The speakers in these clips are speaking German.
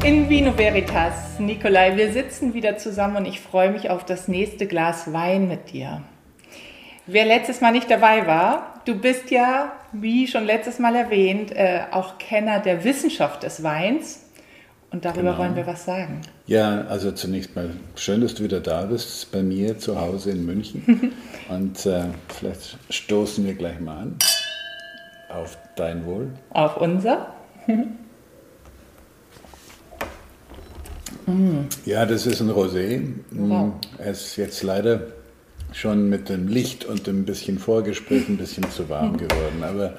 In Vino Veritas, Nikolai, wir sitzen wieder zusammen und ich freue mich auf das nächste Glas Wein mit dir. Wer letztes Mal nicht dabei war, du bist ja, wie schon letztes Mal erwähnt, auch Kenner der Wissenschaft des Weins und darüber wollen wir was sagen. Ja, also zunächst mal schön, dass du wieder da bist, bei mir zu Hause in München und vielleicht stoßen wir gleich mal an auf dein Wohl. Auf unser. Ja, das ist ein Rosé. Wow. Er ist jetzt leider schon mit dem Licht und dem bisschen Vorgespräch ein bisschen zu warm geworden, aber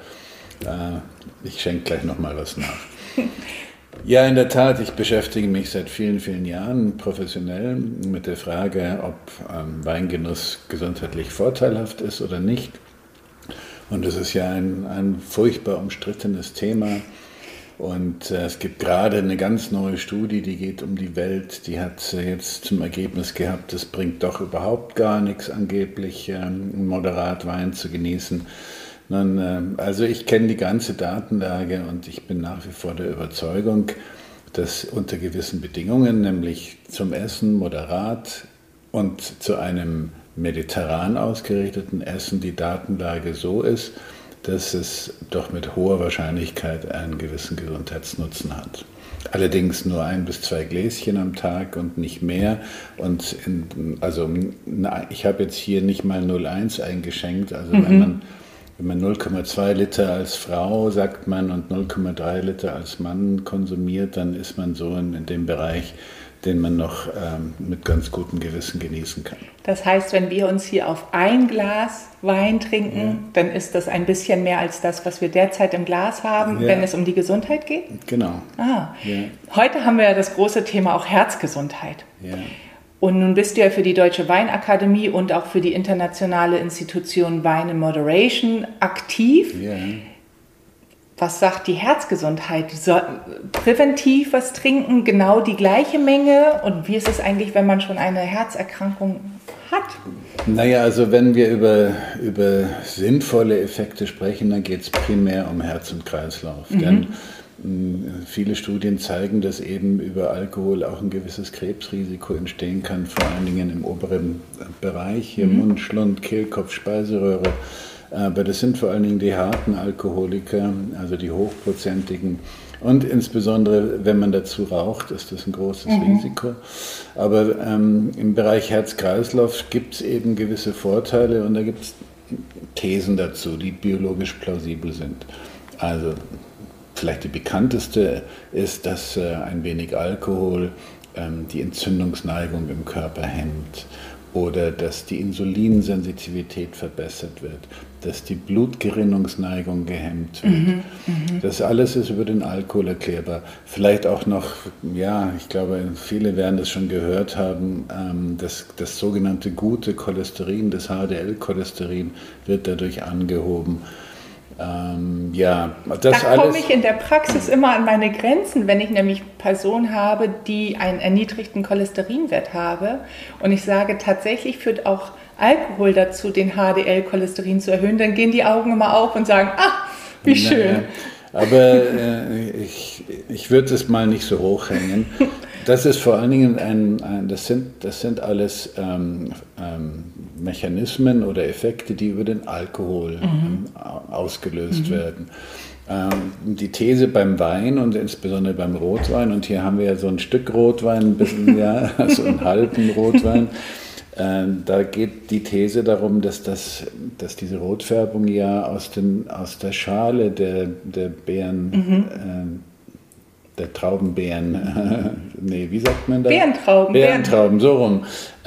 ich schenke gleich nochmal was nach. Ja, in der Tat, ich beschäftige mich seit vielen, vielen Jahren professionell mit der Frage, ob Weingenuss gesundheitlich vorteilhaft ist oder nicht. Und das ist ja ein furchtbar umstrittenes Thema. Und es gibt gerade eine ganz neue Studie, die geht um die Welt, die hat jetzt zum Ergebnis gehabt, es bringt doch überhaupt gar nichts angeblich, moderat Wein zu genießen. Nun, also ich kenne die ganze Datenlage und ich bin nach wie vor der Überzeugung, dass unter gewissen Bedingungen, nämlich zum Essen moderat und zu einem mediterran ausgerichteten Essen, die Datenlage so ist, dass es doch mit hoher Wahrscheinlichkeit einen gewissen Gesundheitsnutzen hat. Allerdings nur 1 bis 2 Gläschen am Tag und nicht mehr. Und ich habe jetzt hier nicht mal 0,1 eingeschenkt. Also wenn man 0,2 Liter als Frau, sagt man, und 0,3 Liter als Mann konsumiert, dann ist man so in dem Bereich, den man noch mit ganz gutem Gewissen genießen kann. Das heißt, wenn wir uns hier auf ein Glas Wein trinken, dann ist das ein bisschen mehr als das, was wir derzeit im Glas haben, wenn es um die Gesundheit geht? Genau. Ja. Heute haben wir ja das große Thema auch Herzgesundheit. Ja. Und nun bist du ja für die Deutsche Weinakademie und auch für die internationale Institution Wine in Moderation aktiv. Ja. Was sagt die Herzgesundheit? Präventiv was trinken, genau die gleiche Menge? Und wie ist es eigentlich, wenn man schon eine Herzerkrankung hat? Naja, also wenn wir über sinnvolle Effekte sprechen, dann geht es primär um Herz und Kreislauf. Denn viele Studien zeigen, dass eben über Alkohol auch ein gewisses Krebsrisiko entstehen kann, vor allen Dingen im oberen Bereich, hier Mund, Schlund, Kehlkopf, Speiseröhre. Aber das sind vor allen Dingen die harten Alkoholiker, also die hochprozentigen. Und insbesondere, wenn man dazu raucht, ist das ein großes Risiko. Aber im Bereich Herz-Kreislauf gibt es eben gewisse Vorteile und da gibt es Thesen dazu, die biologisch plausibel sind. Also vielleicht die bekannteste ist, dass ein wenig Alkohol die Entzündungsneigung im Körper hemmt. Oder dass die Insulinsensitivität verbessert wird, dass die Blutgerinnungsneigung gehemmt wird. Das alles ist über den Alkohol erklärbar. Vielleicht auch noch, ja, ich glaube, viele werden das schon gehört haben, das sogenannte gute Cholesterin, das HDL-Cholesterin, wird dadurch angehoben. Da komme ich in der Praxis immer an meine Grenzen, wenn ich nämlich Personen habe, die einen erniedrigten Cholesterinwert haben und ich sage, tatsächlich führt auch Alkohol dazu, den HDL-Cholesterin zu erhöhen, dann gehen die Augen immer auf und sagen, wie schön. Aber ich würde es mal nicht so hoch hängen. Das ist vor allen Dingen das sind alles Mechanismen oder Effekte, die über den Alkohol ausgelöst werden. Die These beim Wein und insbesondere beim Rotwein, und hier haben wir ja so ein Stück Rotwein, ein bisschen, so einen halben Rotwein, da geht die These darum, dass diese Rotfärbung ja aus der Schale der Beeren, der Traubenbeeren, wie sagt man da? Beerentrauben, so rum,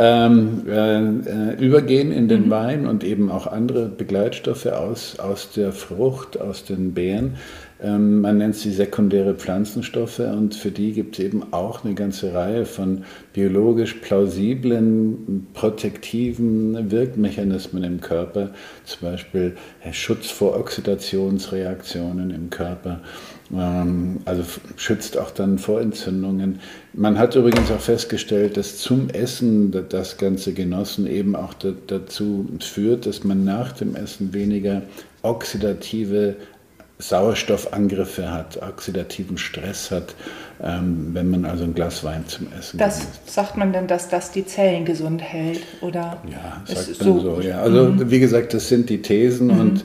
übergehen in den Wein und eben auch andere Begleitstoffe aus der Frucht, aus den Beeren. Man nennt sie sekundäre Pflanzenstoffe und für die gibt es eben auch eine ganze Reihe von biologisch plausiblen, protektiven Wirkmechanismen im Körper, zum Beispiel Schutz vor Oxidationsreaktionen im Körper, also schützt auch dann vor Entzündungen. Man hat übrigens auch festgestellt, dass zum Essen das Ganze genossen eben auch dazu führt, dass man nach dem Essen weniger oxidative Sauerstoffangriffe hat, oxidativen Stress hat, wenn man also ein Glas Wein zum Essen genießt. Sagt man denn, dass das die Zellen gesund hält? Oder ja, sagt man so. Ja. Also wie gesagt, das sind die Thesen und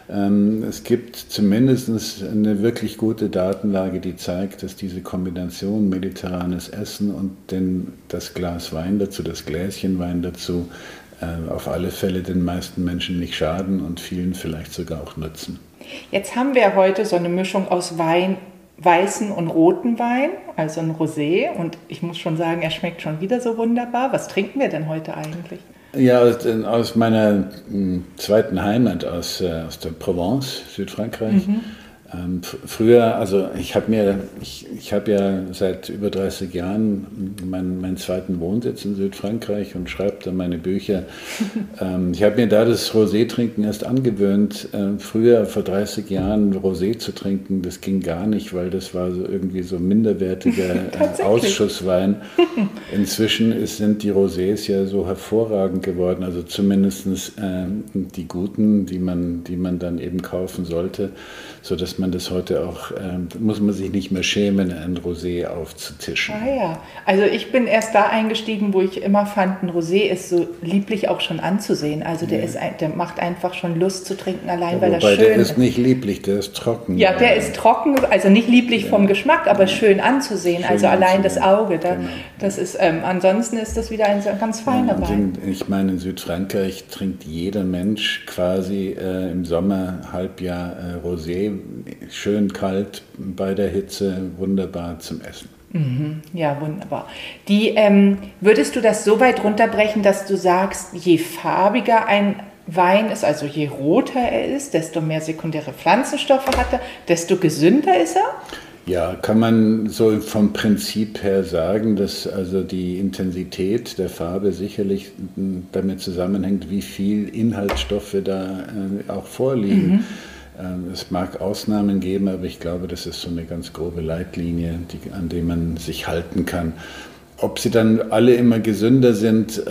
es gibt zumindest eine wirklich gute Datenlage, die zeigt, dass diese Kombination mediterranes Essen und das Glas Wein dazu, das Gläschen Wein dazu, auf alle Fälle den meisten Menschen nicht schaden und vielen vielleicht sogar auch nützen. Jetzt haben wir heute so eine Mischung aus Wein, weißen und roten Wein, also ein Rosé. Und ich muss schon sagen, er schmeckt schon wieder so wunderbar. Was trinken wir denn heute eigentlich? Ja, aus meiner zweiten Heimat, aus der Provence, Südfrankreich. Früher, also ich habe ja seit über 30 Jahren meinen zweiten Wohnsitz in Südfrankreich und schreibe da meine Bücher. Ich habe mir da das Rosé-Trinken erst angewöhnt. Früher, vor 30 Jahren, Rosé zu trinken, das ging gar nicht, weil das war so irgendwie so minderwertiger Ausschusswein. Inzwischen sind die Rosés ja so hervorragend geworden, also zumindest die guten, die man dann eben kaufen sollte, sodass man das heute auch, muss man sich nicht mehr schämen, ein Rosé aufzutischen. Ah ja, also ich bin erst da eingestiegen, wo ich immer fand, ein Rosé ist so lieblich auch schon anzusehen. Also der macht einfach schon Lust zu trinken, allein weil er schön ist. Der ist nicht lieblich, der ist trocken. Ja, der ist trocken, also nicht lieblich vom Geschmack, aber schön anzusehen. Schön also allein das Auge, das ist, ansonsten ist das wieder ein ganz feiner Wein. Ich meine, in Südfrankreich trinkt jeder Mensch quasi im Sommer, Halbjahr Rosé, schön kalt bei der Hitze, wunderbar zum Essen. Ja, wunderbar. Würdest du das so weit runterbrechen, dass du sagst, je farbiger ein Wein ist, also je roter er ist, desto mehr sekundäre Pflanzenstoffe hat er, desto gesünder ist er? Ja, kann man so vom Prinzip her sagen, dass also die Intensität der Farbe sicherlich damit zusammenhängt, wie viel Inhaltsstoffe da auch vorliegen. Es mag Ausnahmen geben, aber ich glaube, das ist so eine ganz grobe Leitlinie, an die man sich halten kann. Ob sie dann alle immer gesünder sind,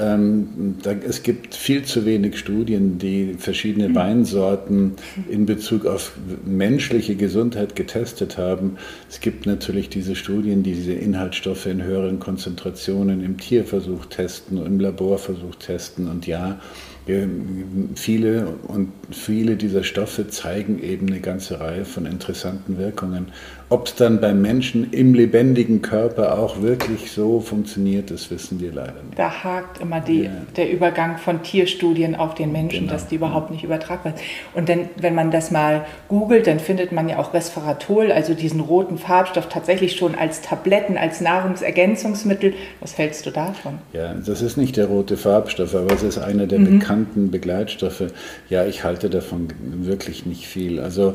es gibt viel zu wenig Studien, die verschiedene Weinsorten in Bezug auf menschliche Gesundheit getestet haben. Es gibt natürlich diese Studien, die diese Inhaltsstoffe in höheren Konzentrationen im Tierversuch testen, im Laborversuch testen und ja, viele dieser Stoffe zeigen eben eine ganze Reihe von interessanten Wirkungen. Ob es dann beim Menschen im lebendigen Körper auch wirklich so funktioniert, das wissen wir leider nicht. Da hakt immer der Übergang von Tierstudien auf den Menschen, dass die überhaupt nicht übertragbar sind. Und dann, wenn man das mal googelt, dann findet man ja auch Resveratrol, also diesen roten Farbstoff, tatsächlich schon als Tabletten, als Nahrungsergänzungsmittel. Was hältst du davon? Ja, das ist nicht der rote Farbstoff, aber es ist einer der bekannten Begleitstoffe. Ja, ich halte davon wirklich nicht viel. Also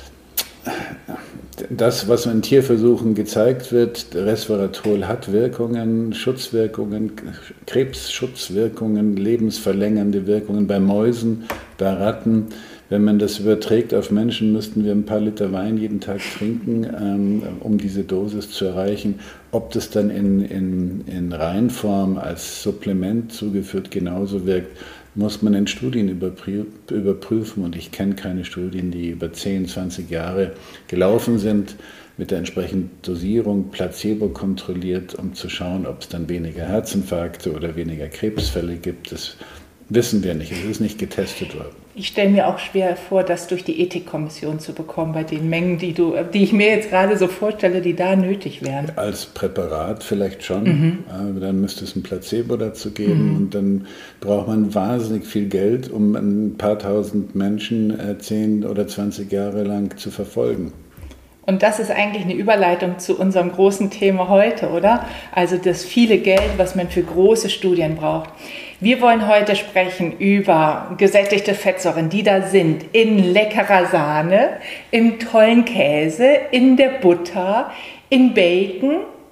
das, was in Tierversuchen gezeigt wird, Resveratrol hat Wirkungen, Schutzwirkungen, Krebsschutzwirkungen, lebensverlängernde Wirkungen bei Mäusen, bei Ratten. Wenn man das überträgt auf Menschen, müssten wir ein paar Liter Wein jeden Tag trinken, um diese Dosis zu erreichen. Ob das dann in Reinform als Supplement zugeführt genauso wirkt, muss man in Studien überprüfen. Und ich kenne keine Studien, die über 10, 20 Jahre gelaufen sind, mit der entsprechenden Dosierung, Placebo kontrolliert, um zu schauen, ob es dann weniger Herzinfarkte oder weniger Krebsfälle gibt. Das wissen wir nicht, es ist nicht getestet worden. Ich stelle mir auch schwer vor, das durch die Ethikkommission zu bekommen, bei den Mengen, die ich mir jetzt gerade so vorstelle, die da nötig wären. Als Präparat vielleicht schon, aber dann müsste es ein Placebo dazu geben und dann braucht man wahnsinnig viel Geld, um ein paar tausend Menschen 10 oder 20 Jahre lang zu verfolgen. Und das ist eigentlich eine Überleitung zu unserem großen Thema heute, oder? Also das viele Geld, was man für große Studien braucht. Wir wollen heute sprechen über gesättigte Fettsäuren, die da sind in leckerer Sahne, im tollen Käse, in der Butter, in Bacon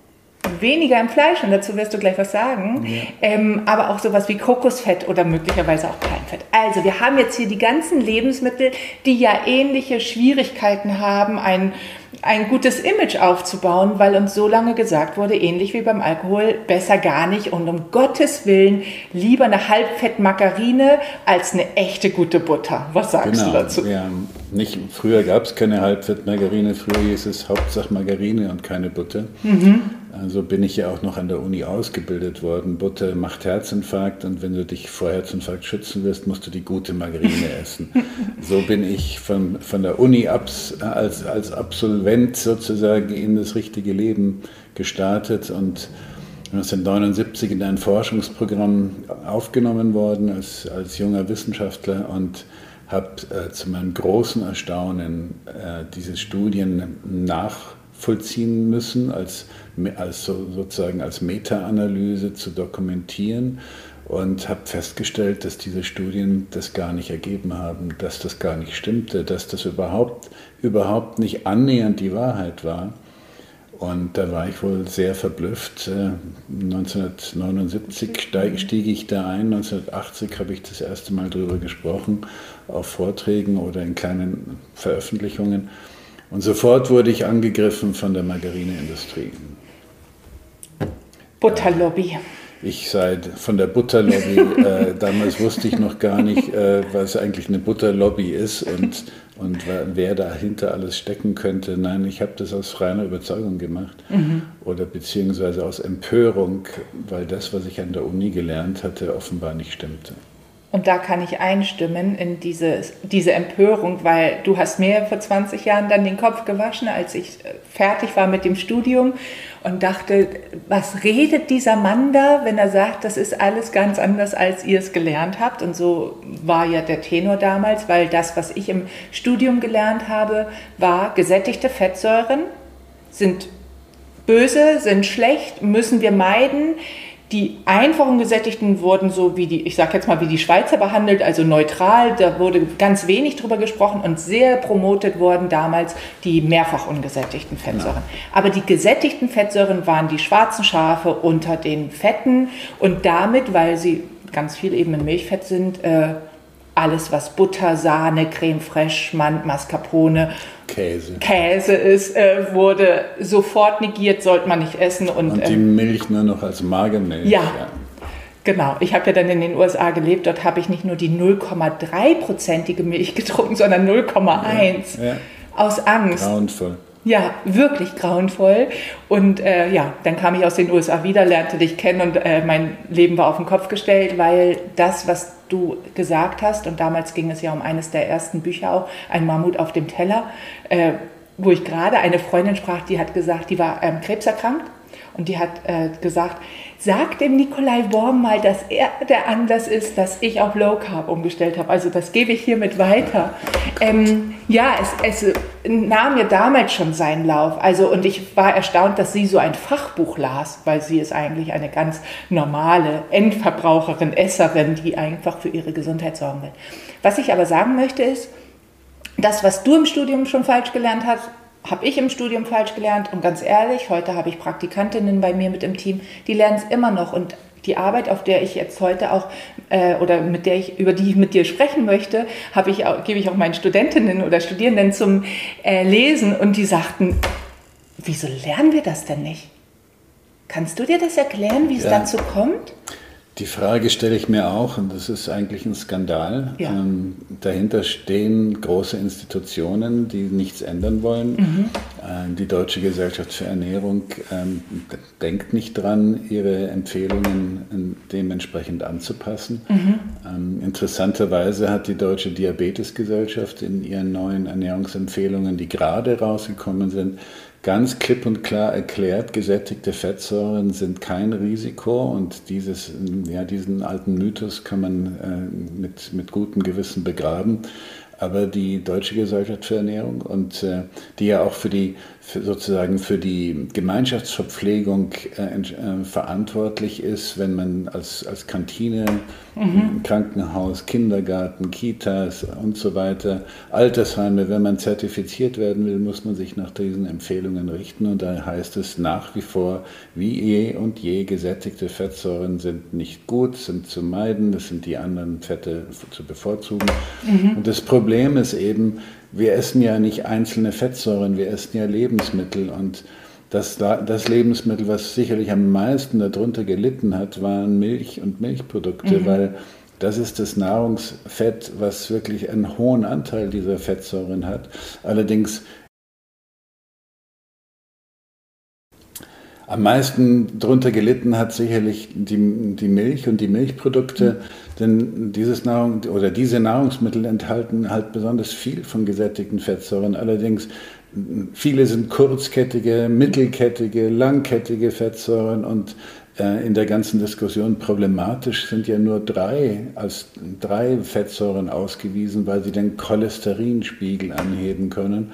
weniger im Fleisch, und dazu wirst du gleich was sagen, aber auch sowas wie Kokosfett oder möglicherweise auch Palmfett. Also wir haben jetzt hier die ganzen Lebensmittel, die ja ähnliche Schwierigkeiten haben, ein gutes Image aufzubauen, weil uns so lange gesagt wurde, ähnlich wie beim Alkohol, besser gar nicht und um Gottes Willen lieber eine Halbfettmargarine als eine echte gute Butter. Was sagst du dazu? Ja, früher gab es keine Halbfettmargarine, früher hieß es Hauptsache Margarine und keine Butter. Also bin ich ja auch noch an der Uni ausgebildet worden. Butter macht Herzinfarkt und wenn du dich vor Herzinfarkt schützen willst, musst du die gute Margarine essen. So bin ich von der Uni als Absolvent sozusagen in das richtige Leben gestartet und 1979 in ein Forschungsprogramm aufgenommen worden als junger Wissenschaftler und habe zu meinem großen Erstaunen diese Studien nachvollziehen müssen, sozusagen als Meta-Analyse zu dokumentieren und habe festgestellt, dass diese Studien das gar nicht ergeben haben, dass das gar nicht stimmte, dass das überhaupt nicht annähernd die Wahrheit war. Und da war ich wohl sehr verblüfft. 1979 stieg ich da ein, 1980 habe ich das erste Mal darüber gesprochen, auf Vorträgen oder in kleinen Veröffentlichungen. Und sofort wurde ich angegriffen von der Margarineindustrie. Butterlobby. Ich sei von der Butterlobby, damals wusste ich noch gar nicht, was eigentlich eine Butterlobby ist und wer dahinter alles stecken könnte. Nein, ich habe das aus reiner Überzeugung gemacht oder beziehungsweise aus Empörung, weil das, was ich an der Uni gelernt hatte, offenbar nicht stimmte. Und da kann ich einstimmen in diese Empörung, weil du hast mir vor 20 Jahren dann den Kopf gewaschen, als ich fertig war mit dem Studium und dachte, was redet dieser Mann da, wenn er sagt, das ist alles ganz anders, als ihr es gelernt habt. Und so war ja der Tenor damals, weil das, was ich im Studium gelernt habe, war, gesättigte Fettsäuren sind böse, sind schlecht, müssen wir meiden. Die einfachen Gesättigten wurden so wie die Schweizer behandelt, also neutral. Da wurde ganz wenig drüber gesprochen und sehr promotet wurden damals die mehrfach ungesättigten Fettsäuren. Ja. Aber die gesättigten Fettsäuren waren die schwarzen Schafe unter den Fetten und damit, weil sie ganz viel eben in Milchfett sind, alles was Butter, Sahne, Creme fraiche, Mascarpone, Käse ist, wurde sofort negiert, sollte man nicht essen. Und die Milch nur noch als Magermilch. Ja, genau. Ich habe ja dann in den USA gelebt, dort habe ich nicht nur die 0,3%ige Milch getrunken, sondern 0,1 aus Angst. Grauenvoll. Ja, wirklich grauenvoll. Und dann kam ich aus den USA wieder, lernte dich kennen und mein Leben war auf den Kopf gestellt, weil das, was du gesagt hast, und damals ging es ja um eines der ersten Bücher auch, Ein Mammut auf dem Teller, wo ich gerade eine Freundin sprach, die hat gesagt, die war krebserkrankt und die hat gesagt, sag dem Nikolai Worm mal, dass er der Anlass ist, dass ich auf Low Carb umgestellt habe. Also das gebe ich hiermit weiter. Es nahm mir damals schon seinen Lauf. Also, und ich war erstaunt, dass sie so ein Fachbuch las, weil sie ist eigentlich eine ganz normale Endverbraucherin, Esserin, die einfach für ihre Gesundheit sorgen will. Was ich aber sagen möchte ist, das, was du im Studium schon falsch gelernt hast, habe ich im Studium falsch gelernt. Und ganz ehrlich, heute habe ich Praktikantinnen bei mir mit im Team, die lernen es immer noch. Und die Arbeit, auf der ich jetzt heute auch über die ich mit dir sprechen möchte, gebe ich auch meinen Studentinnen oder Studierenden zum Lesen und die sagten, wieso lernen wir das denn nicht? Kannst du dir das erklären, wie es dazu kommt? Die Frage stelle ich mir auch und das ist eigentlich ein Skandal. Ja. Dahinter stehen große Institutionen, die nichts ändern wollen. Die Deutsche Gesellschaft für Ernährung denkt nicht dran, ihre Empfehlungen dementsprechend anzupassen. Interessanterweise hat die Deutsche Diabetesgesellschaft in ihren neuen Ernährungsempfehlungen, die gerade rausgekommen sind, ganz klipp und klar erklärt, gesättigte Fettsäuren sind kein Risiko und diesen alten Mythos kann man mit gutem Gewissen begraben. aber die Deutsche Gesellschaft für Ernährung und die ja auch für die Gemeinschaftsverpflegung verantwortlich ist, wenn man als Kantine, Krankenhaus, Kindergarten, Kitas und so weiter, Altersheime, wenn man zertifiziert werden will, muss man sich nach diesen Empfehlungen richten. Und da heißt es nach wie vor, wie eh und je, gesättigte Fettsäuren sind nicht gut, sind zu meiden, das sind die anderen Fette zu bevorzugen. Und das Problem ist eben, wir essen ja nicht einzelne Fettsäuren, wir essen ja Lebensmittel und das Lebensmittel, was sicherlich am meisten darunter gelitten hat, waren Milch und Milchprodukte, weil das ist das Nahrungsfett, was wirklich einen hohen Anteil dieser Fettsäuren hat. Allerdings am meisten darunter gelitten hat sicherlich die Milch und die Milchprodukte, denn diese Nahrungsmittel enthalten halt besonders viel von gesättigten Fettsäuren. Allerdings viele sind kurzkettige, mittelkettige, langkettige Fettsäuren und in der ganzen Diskussion problematisch sind ja nur drei Fettsäuren ausgewiesen, weil sie den Cholesterinspiegel anheben können.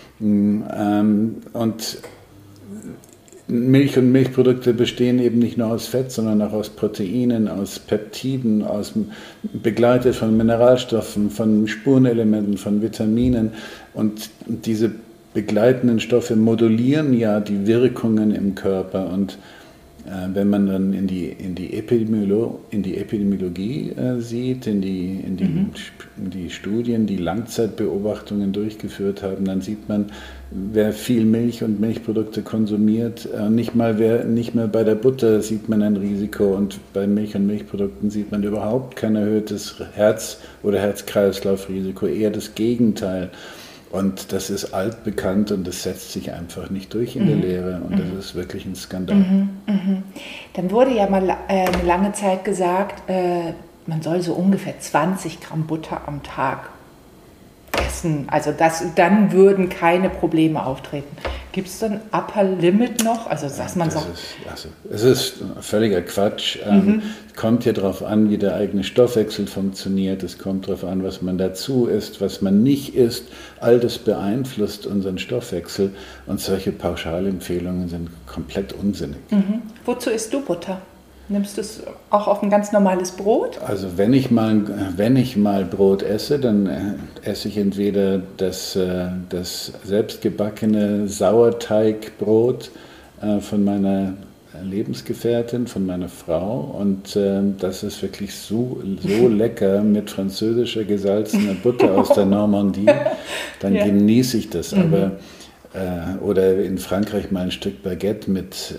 Und Milch und Milchprodukte bestehen eben nicht nur aus Fett, sondern auch aus Proteinen, aus Peptiden, begleitet von Mineralstoffen, von Spurenelementen, von Vitaminen. Und diese begleitenden Stoffe modulieren ja die Wirkungen im Körper. Und wenn man dann in die Epidemiologie sieht, in die Studien, die Langzeitbeobachtungen durchgeführt haben, dann sieht man, wer viel Milch und Milchprodukte konsumiert, nicht mehr bei der Butter sieht man ein Risiko und bei Milch und Milchprodukten sieht man überhaupt kein erhöhtes Herz- oder Herz-Kreislauf-Risiko, eher das Gegenteil. Und das ist altbekannt und das setzt sich einfach nicht durch in der Lehre und das ist wirklich ein Skandal. Dann wurde ja mal eine lange Zeit gesagt, man soll so ungefähr 20 Gramm Butter am Tag essen. Also dann würden keine Probleme auftreten. Gibt es dann Upper Limit noch? Also dass man sagt... Es ist völliger Quatsch. Es kommt ja darauf an, wie der eigene Stoffwechsel funktioniert. Es kommt darauf an, was man dazu isst, was man nicht isst. All das beeinflusst unseren Stoffwechsel und solche Pauschalempfehlungen sind komplett unsinnig. Wozu isst du Butter? Nimmst du es auch auf ein ganz normales Brot? Also wenn ich mal Brot esse, dann esse ich entweder das selbstgebackene Sauerteigbrot von meiner Lebensgefährtin, von meiner Frau und das ist wirklich so lecker mit französischer gesalzener Butter aus der Normandie, dann genieße ich das. Aber oder in Frankreich mal ein Stück Baguette mit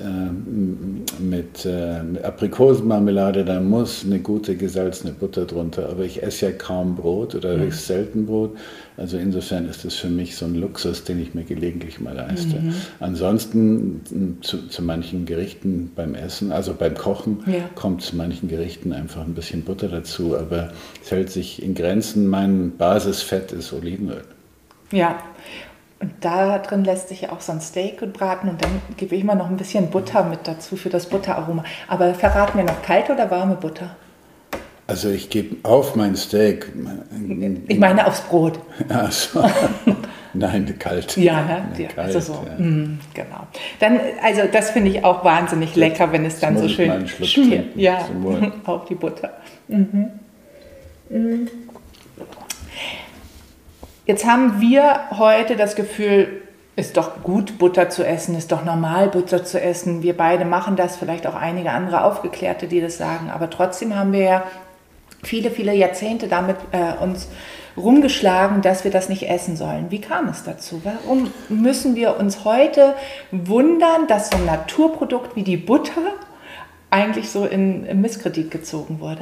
Aprikosenmarmelade, da muss eine gute gesalzene Butter drunter. Aber ich esse ja kaum Brot oder höchst selten Brot. Also insofern ist das für mich so ein Luxus, den ich mir gelegentlich mal leiste. Ansonsten zu manchen Gerichten beim Essen, also beim Kochen, kommt zu manchen Gerichten einfach ein bisschen Butter dazu. Aber es hält sich in Grenzen. Mein Basisfett ist Olivenöl. Ja. Und da drin lässt sich ja auch so ein Steak gut braten und dann gebe ich immer noch ein bisschen Butter mit dazu für das Butteraroma. Aber verrat mir noch kalte oder warme Butter? Also ich gebe auf mein Steak... Ich meine aufs Brot. Ach so. Nein, kalt. Ja, kalt, also so. Ja. Genau. Dann, also das finde ich auch wahnsinnig lecker, wenn es dann so schön schmiert. Ja, auf die Butter. Jetzt haben wir heute das Gefühl, ist doch gut, Butter zu essen, ist doch normal, Butter zu essen. Wir beide machen das, vielleicht auch einige andere Aufgeklärte, die das sagen. Aber trotzdem haben wir ja viele, viele Jahrzehnte damit uns rumgeschlagen, dass wir das nicht essen sollen. Wie kam es dazu? Warum müssen wir uns heute wundern, dass so ein Naturprodukt wie die Butter eigentlich so in Misskredit gezogen wurde?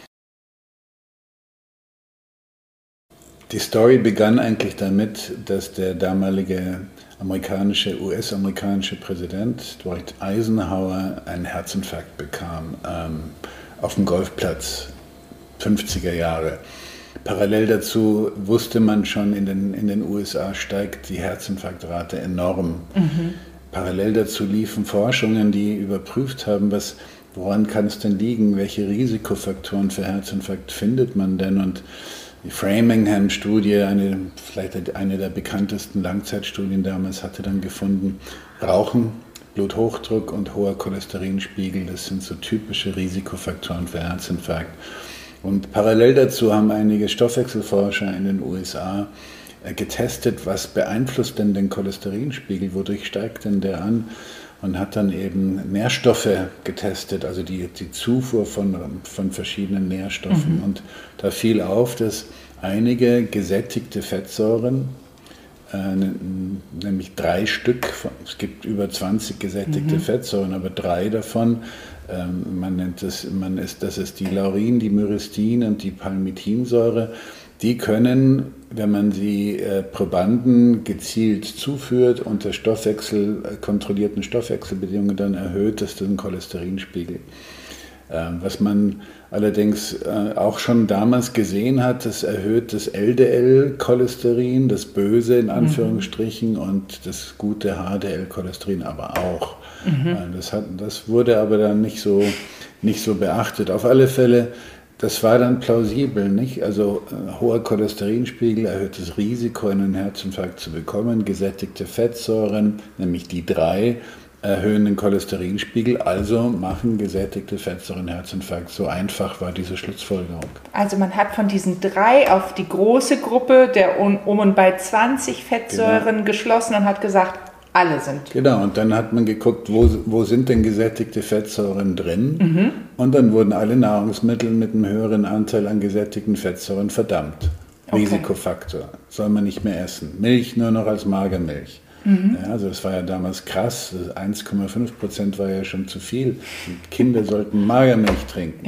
Die Story begann eigentlich damit, dass der damalige US-amerikanische Präsident Dwight Eisenhower einen Herzinfarkt bekam auf dem Golfplatz, 50er Jahre. Parallel dazu wusste man schon, in den USA steigt die Herzinfarktrate enorm. Parallel dazu liefen Forschungen, die überprüft haben, woran kann es denn liegen, welche Risikofaktoren für Herzinfarkt findet man denn und Die Framingham-Studie, vielleicht eine der bekanntesten Langzeitstudien damals, hatte dann gefunden, Rauchen, Bluthochdruck und hoher Cholesterinspiegel, das sind so typische Risikofaktoren für Herzinfarkt. Und parallel dazu haben einige Stoffwechselforscher in den USA getestet, was beeinflusst denn den Cholesterinspiegel, wodurch steigt denn der an? Und hat dann eben Nährstoffe getestet, also die Zufuhr von verschiedenen Nährstoffen. Und da fiel auf, dass einige gesättigte Fettsäuren, nämlich 3 Stück, es gibt über 20 gesättigte Fettsäuren, aber 3 davon, das ist die Laurin, die Myristin und die Palmitinsäure, die können, wenn man sie Probanden gezielt zuführt, unter kontrollierten Stoffwechselbedingungen, dann erhöht es den Cholesterinspiegel. Was man allerdings auch schon damals gesehen hat, das erhöht das LDL-Cholesterin, das Böse in Anführungsstrichen, und das gute HDL-Cholesterin aber auch. Das wurde aber dann nicht so beachtet. Auf alle Fälle, das war dann plausibel, nicht? Also hoher Cholesterinspiegel erhöht das Risiko, einen Herzinfarkt zu bekommen. Gesättigte Fettsäuren, nämlich die 3, erhöhen den Cholesterinspiegel, also machen gesättigte Fettsäuren Herzinfarkt. So einfach war diese Schlussfolgerung. Also man hat von diesen 3 auf die große Gruppe der um und bei 20 Fettsäuren geschlossen und hat gesagt, alle sind. Genau, und dann hat man geguckt, wo sind denn gesättigte Fettsäuren drin? Und dann wurden alle Nahrungsmittel mit einem höheren Anteil an gesättigten Fettsäuren verdammt. Okay. Risikofaktor, soll man nicht mehr essen. Milch nur noch als Magermilch. Ja, also das war ja damals krass, 1,5% war ja schon zu viel. Und Kinder sollten Magermilch trinken.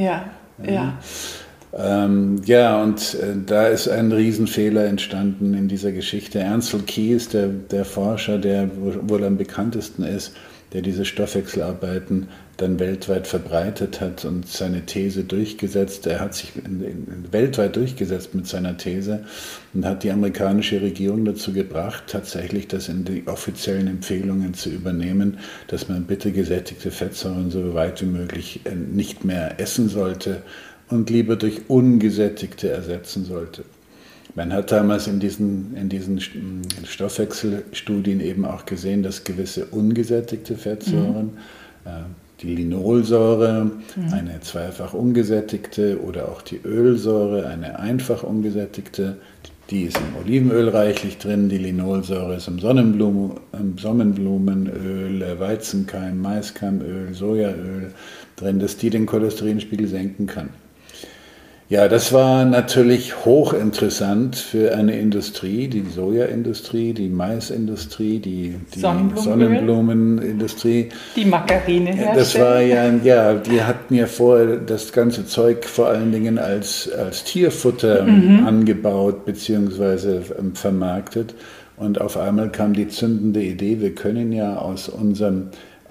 Und da ist ein Riesenfehler entstanden in dieser Geschichte. Ansel Keys, der Forscher, der wohl am bekanntesten ist, der diese Stoffwechselarbeiten dann weltweit verbreitet hat und seine These durchgesetzt. Er hat sich weltweit durchgesetzt mit seiner These und hat die amerikanische Regierung dazu gebracht, tatsächlich das in die offiziellen Empfehlungen zu übernehmen, dass man bitte gesättigte Fettsäuren so weit wie möglich nicht mehr essen sollte und lieber durch ungesättigte ersetzen sollte. Man hat damals in diesen Stoffwechselstudien eben auch gesehen, dass gewisse ungesättigte Fettsäuren, die Linolsäure, eine zweifach ungesättigte, oder auch die Ölsäure, eine einfach ungesättigte, die ist im Olivenöl reichlich drin, die Linolsäure ist im Sonnenblumenöl, Weizenkeim, Maiskeimöl, Sojaöl drin, dass die den Cholesterinspiegel senken kann. Ja, das war natürlich hochinteressant für eine Industrie, die Sojaindustrie, die Maisindustrie, die Sonnenblumenindustrie. Die Margarine herstellen. Das war die hatten ja vorher das ganze Zeug vor allen Dingen als Tierfutter angebaut bzw. vermarktet. Und auf einmal kam die zündende Idee, wir können ja aus unseren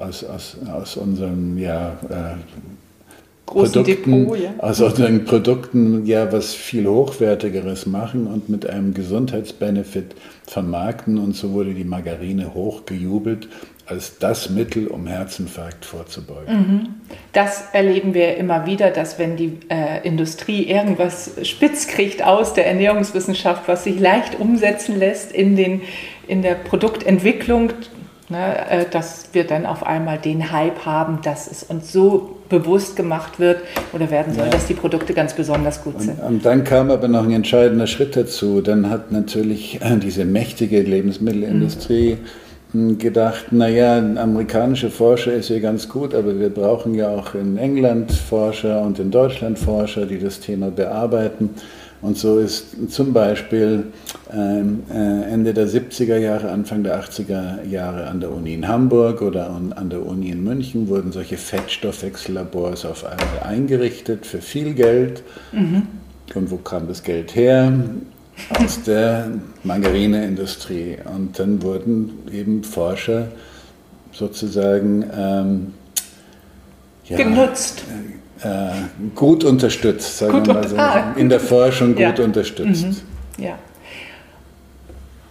aus unseren Produkten was viel Hochwertigeres machen und mit einem Gesundheitsbenefit vermarkten. Und so wurde die Margarine hochgejubelt als das Mittel, um Herzinfarkt vorzubeugen. Das erleben wir immer wieder, dass wenn die Industrie irgendwas spitz kriegt aus der Ernährungswissenschaft, was sich leicht umsetzen lässt in der Produktentwicklung, dass wir dann auf einmal den Hype haben, dass es uns so bewusst gemacht wird oder werden soll, dass die Produkte ganz besonders gut sind. Und dann kam aber noch ein entscheidender Schritt dazu. Dann hat natürlich diese mächtige Lebensmittelindustrie gedacht, amerikanische Forscher ist ja ganz gut, aber wir brauchen ja auch in England Forscher und in Deutschland Forscher, die das Thema bearbeiten. Und so ist zum Beispiel Ende der 70er Jahre, Anfang der 80er Jahre an der Uni in Hamburg oder an der Uni in München wurden solche Fettstoffwechsellabors auf einmal eingerichtet für viel Geld. Und wo kam das Geld her? Aus der Margarineindustrie. Und dann wurden eben Forscher sozusagen genutzt. Gut unterstützt, sagen wir mal so. In der Forschung gut unterstützt.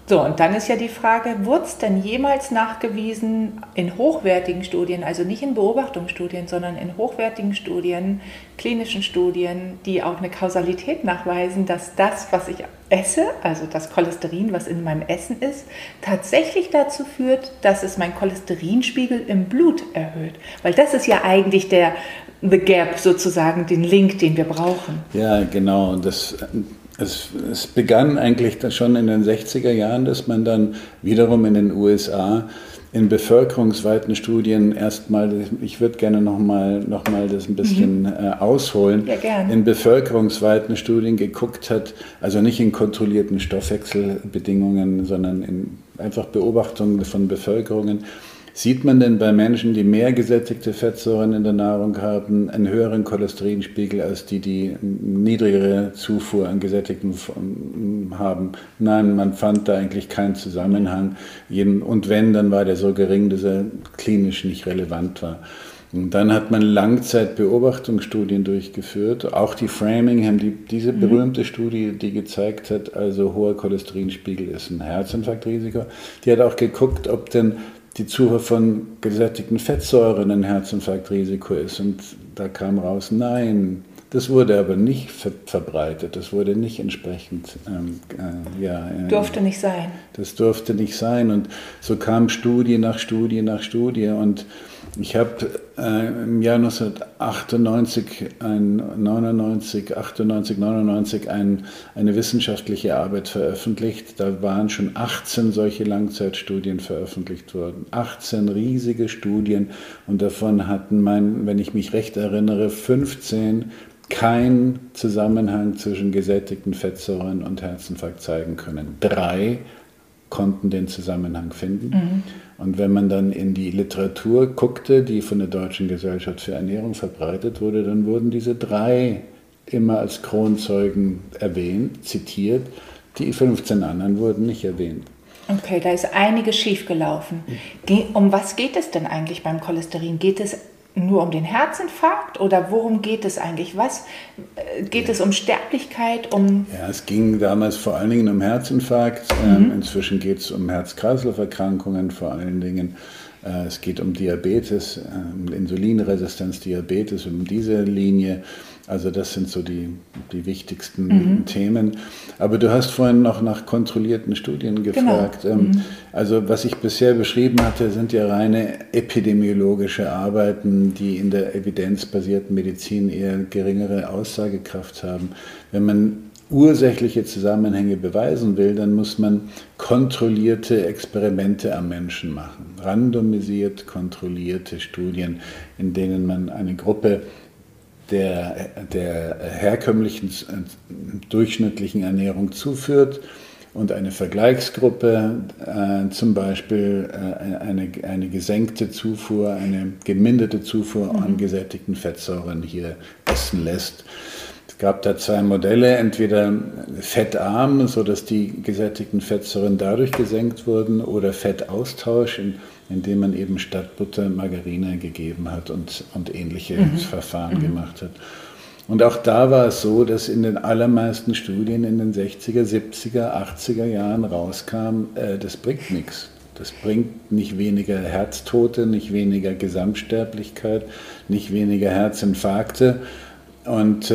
So, und dann ist ja die Frage, wurde es denn jemals nachgewiesen in hochwertigen Studien, also nicht in Beobachtungsstudien, sondern in hochwertigen Studien, klinischen Studien, die auch eine Kausalität nachweisen, dass das, was ich esse, also das Cholesterin, was in meinem Essen ist, tatsächlich dazu führt, dass es mein Cholesterinspiegel im Blut erhöht? Weil das ist ja eigentlich the gap sozusagen, den Link, den wir brauchen. Ja, genau. Und es begann eigentlich schon in den 60er Jahren, dass man dann wiederum in den USA in bevölkerungsweiten Studien erstmal, ich würde gerne noch mal das ein bisschen ausholen, ja, gerne. In bevölkerungsweiten Studien geguckt hat, also nicht in kontrollierten Stoffwechselbedingungen, sondern in einfach Beobachtungen von Bevölkerungen. Sieht man denn bei Menschen, die mehr gesättigte Fettsäuren in der Nahrung haben, einen höheren Cholesterinspiegel als die niedrigere Zufuhr an gesättigten haben? Nein, man fand da eigentlich keinen Zusammenhang. Und wenn, dann war der so gering, dass er klinisch nicht relevant war. Und dann hat man Langzeitbeobachtungsstudien durchgeführt, auch die Framingham, diese berühmte Studie, die gezeigt hat, also hoher Cholesterinspiegel ist ein Herzinfarktrisiko. Die hat auch geguckt, ob denn die Zufuhr von gesättigten Fettsäuren ein Herzinfarktrisiko ist. Und da kam raus, nein. Das wurde aber nicht verbreitet, das wurde nicht entsprechend, durfte nicht sein. Das durfte nicht sein. Und so kam Studie nach Studie nach Studie. Und ich habe im Jahr 1998, 99 eine wissenschaftliche Arbeit veröffentlicht. Da waren schon 18 solche Langzeitstudien veröffentlicht worden. 18 riesige Studien. Und davon hatten, wenn ich mich recht erinnere, 15 keinen Zusammenhang zwischen gesättigten Fettsäuren und Herzinfarkt zeigen können. 3 konnten den Zusammenhang finden. Und wenn man dann in die Literatur guckte, die von der Deutschen Gesellschaft für Ernährung verbreitet wurde, dann wurden diese 3 immer als Kronzeugen erwähnt, zitiert. Die 15 anderen wurden nicht erwähnt. Okay, da ist einiges schiefgelaufen. Um was geht es denn eigentlich beim Cholesterin? Geht es nur um den Herzinfarkt oder worum geht es eigentlich? Was geht es um Sterblichkeit? Ja, es ging damals vor allen Dingen um Herzinfarkt. Inzwischen geht es um Herz-Kreislauf-Erkrankungen vor allen Dingen. Es geht um Diabetes, Insulinresistenz, Diabetes, um diese Linie. Also das sind so die wichtigsten Themen. Aber du hast vorhin noch nach kontrollierten Studien gefragt. Genau. Also was ich bisher beschrieben hatte, sind ja reine epidemiologische Arbeiten, die in der evidenzbasierten Medizin eher geringere Aussagekraft haben. Wenn man ursächliche Zusammenhänge beweisen will, dann muss man kontrollierte Experimente am Menschen machen. Randomisiert kontrollierte Studien, in denen man eine Gruppe der herkömmlichen durchschnittlichen Ernährung zuführt und eine Vergleichsgruppe, zum Beispiel eine gesenkte Zufuhr, eine geminderte Zufuhr an gesättigten Fettsäuren hier essen lässt. Es gab da 2 Modelle, entweder fettarm, sodass die gesättigten Fettsäuren dadurch gesenkt wurden, oder Fettaustausch, indem man eben statt Butter Margarine gegeben hat und ähnliche Verfahren gemacht hat. Und auch da war es so, dass in den allermeisten Studien in den 60er, 70er, 80er Jahren rauskam, das bringt nichts. Das bringt nicht weniger Herztote, nicht weniger Gesamtsterblichkeit, nicht weniger Herzinfarkte. Und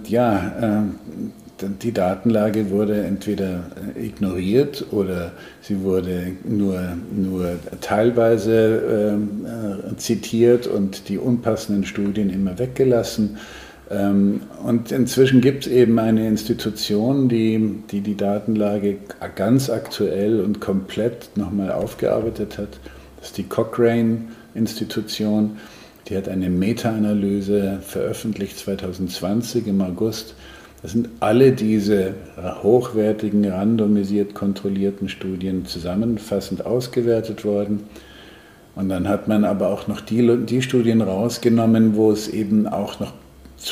die Datenlage wurde entweder ignoriert oder sie wurde nur teilweise zitiert und die unpassenden Studien immer weggelassen. Und inzwischen gibt es eben eine Institution, die Datenlage ganz aktuell und komplett nochmal aufgearbeitet hat. Das ist die Cochrane-Institution. Die hat eine Meta-Analyse veröffentlicht 2020 im August. Das sind alle diese hochwertigen, randomisiert kontrollierten Studien zusammenfassend ausgewertet worden. Und dann hat man aber auch noch die Studien rausgenommen, wo es eben auch noch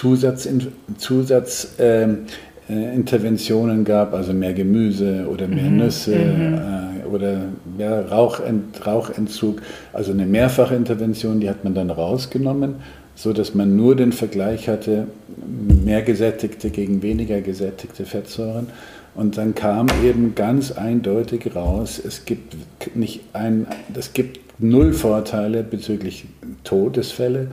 Zusatzinterventionen gab, also mehr Gemüse oder mehr Nüsse oder Rauchentzug. Also eine Mehrfachintervention, die hat man dann rausgenommen, so dass man nur den Vergleich hatte, mehr gesättigte gegen weniger gesättigte Fettsäuren. Und dann kam eben ganz eindeutig raus, es gibt null Vorteile bezüglich Todesfälle,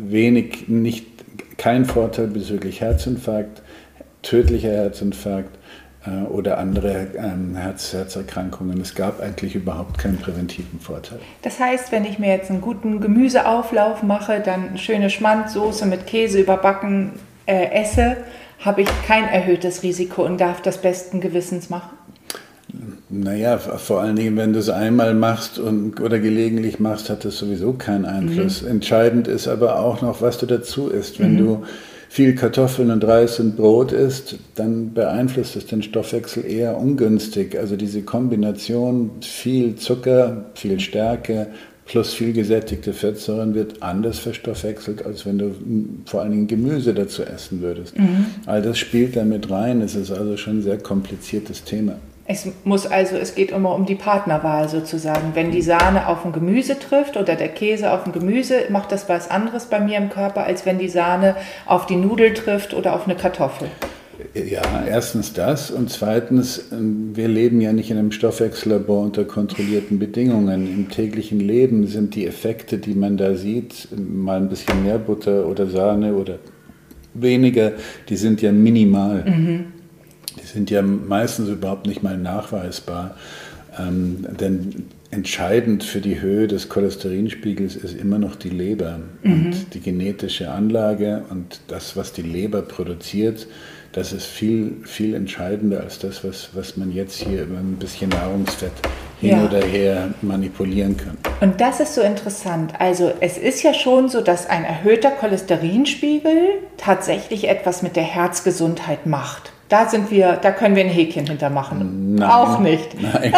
kein Vorteil bezüglich Herzinfarkt, tödlicher Herzinfarkt oder andere Herzerkrankungen. Es gab eigentlich überhaupt keinen präventiven Vorteil. Das heißt, wenn ich mir jetzt einen guten Gemüseauflauf mache, dann eine schöne Schmandsoße mit Käse überbacken esse, habe ich kein erhöhtes Risiko und darf das besten Gewissens machen? Naja, vor allen Dingen, wenn du es einmal machst oder gelegentlich machst, hat das sowieso keinen Einfluss. Entscheidend ist aber auch noch, was du dazu isst. Wenn du viel Kartoffeln und Reis und Brot isst, dann beeinflusst es den Stoffwechsel eher ungünstig. Also diese Kombination viel Zucker, viel Stärke plus viel gesättigte Fettsäuren wird anders verstoffwechselt, als wenn du vor allen Dingen Gemüse dazu essen würdest. All das spielt da mit rein. Es ist also schon ein sehr kompliziertes Thema. Es geht immer um die Partnerwahl sozusagen. Wenn die Sahne auf ein Gemüse trifft oder der Käse auf ein Gemüse, macht das was anderes bei mir im Körper, als wenn die Sahne auf die Nudel trifft oder auf eine Kartoffel. Ja, erstens das und zweitens, wir leben ja nicht in einem Stoffwechsellabor unter kontrollierten Bedingungen. Im täglichen Leben sind die Effekte, die man da sieht, mal ein bisschen mehr Butter oder Sahne oder weniger, die sind ja minimal. Die sind ja meistens überhaupt nicht mal nachweisbar, denn entscheidend für die Höhe des Cholesterinspiegels ist immer noch die Leber und die genetische Anlage und das, was die Leber produziert, das ist viel, viel entscheidender als das, was man jetzt hier über ein bisschen Nahrungsfett hin oder her manipulieren kann. Und das ist so interessant. Also es ist ja schon so, dass ein erhöhter Cholesterinspiegel tatsächlich etwas mit der Herzgesundheit macht. Da können wir ein Häkchen hintermachen. Nein, auch nicht. Nein.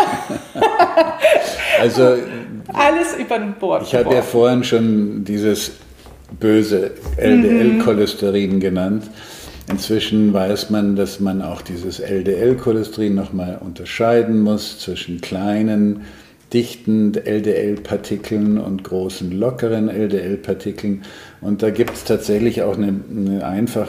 Also alles über den Bord. Ich habe ja vorhin schon dieses böse LDL-Cholesterin genannt. Inzwischen weiß man, dass man auch dieses LDL-Cholesterin nochmal unterscheiden muss zwischen kleinen, dichten LDL-Partikeln und großen, lockeren LDL-Partikeln. Und da gibt es tatsächlich auch eine einfach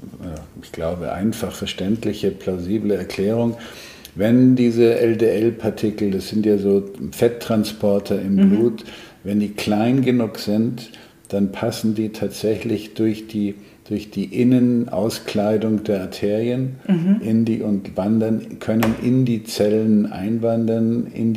verständliche, plausible Erklärung. Wenn diese LDL-Partikel, das sind ja so Fetttransporter im Blut, wenn die klein genug sind, dann passen die tatsächlich durch die Innenauskleidung der Arterien können in die Zellen einwandern, in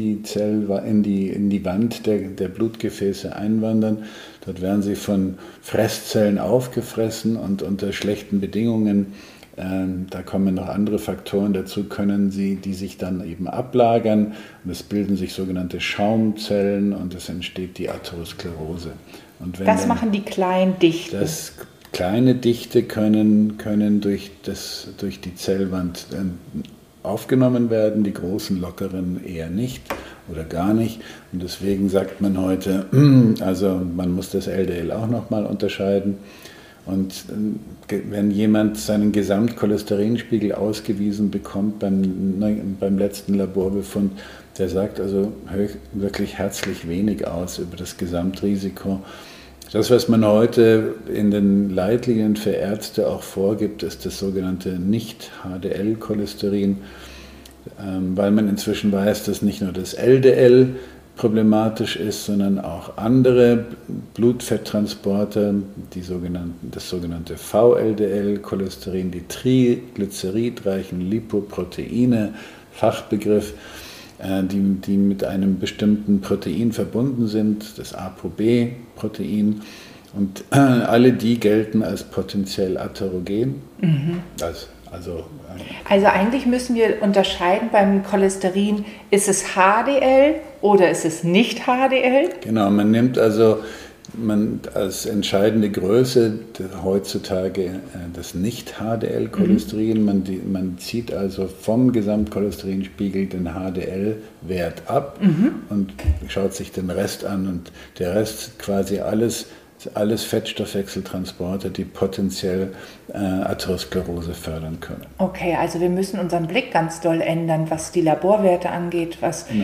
die Wand der Blutgefäße einwandern. Dort werden sie von Fresszellen aufgefressen und unter schlechten Bedingungen, da kommen noch andere Faktoren dazu, die sich dann eben ablagern und es bilden sich sogenannte Schaumzellen und es entsteht die Atherosklerose. Und das machen die kleinen Dichten. Kleine Dichte können durch die Zellwand aufgenommen werden, die großen lockeren eher nicht oder gar nicht. Und deswegen sagt man heute, also man muss das LDL auch nochmal unterscheiden. Und wenn jemand seinen Gesamtcholesterinspiegel ausgewiesen bekommt beim letzten Laborbefund, der sagt also wirklich herzlich wenig aus über das Gesamtrisiko. Das, was man heute in den Leitlinien für Ärzte auch vorgibt, ist das sogenannte Nicht-HDL-Cholesterin, weil man inzwischen weiß, dass nicht nur das LDL problematisch ist, sondern auch andere Blutfetttransporter, das sogenannte VLDL-Cholesterin, die triglyceridreichen Lipoproteine, Fachbegriff, die mit einem bestimmten Protein verbunden sind, das ApoB-Protein. Und alle die gelten als potenziell atherogen. Also eigentlich müssen wir unterscheiden beim Cholesterin, ist es HDL oder ist es nicht HDL? Genau, man nimmt also als entscheidende Größe heutzutage das Nicht-HDL-Cholesterin. Man zieht also vom Gesamtcholesterinspiegel den HDL-Wert ab und schaut sich den Rest an. Und der Rest quasi alles alles Fettstoffwechseltransporter, die potenziell Atherosklerose fördern können. Okay, also wir müssen unseren Blick ganz doll ändern, was die Laborwerte angeht.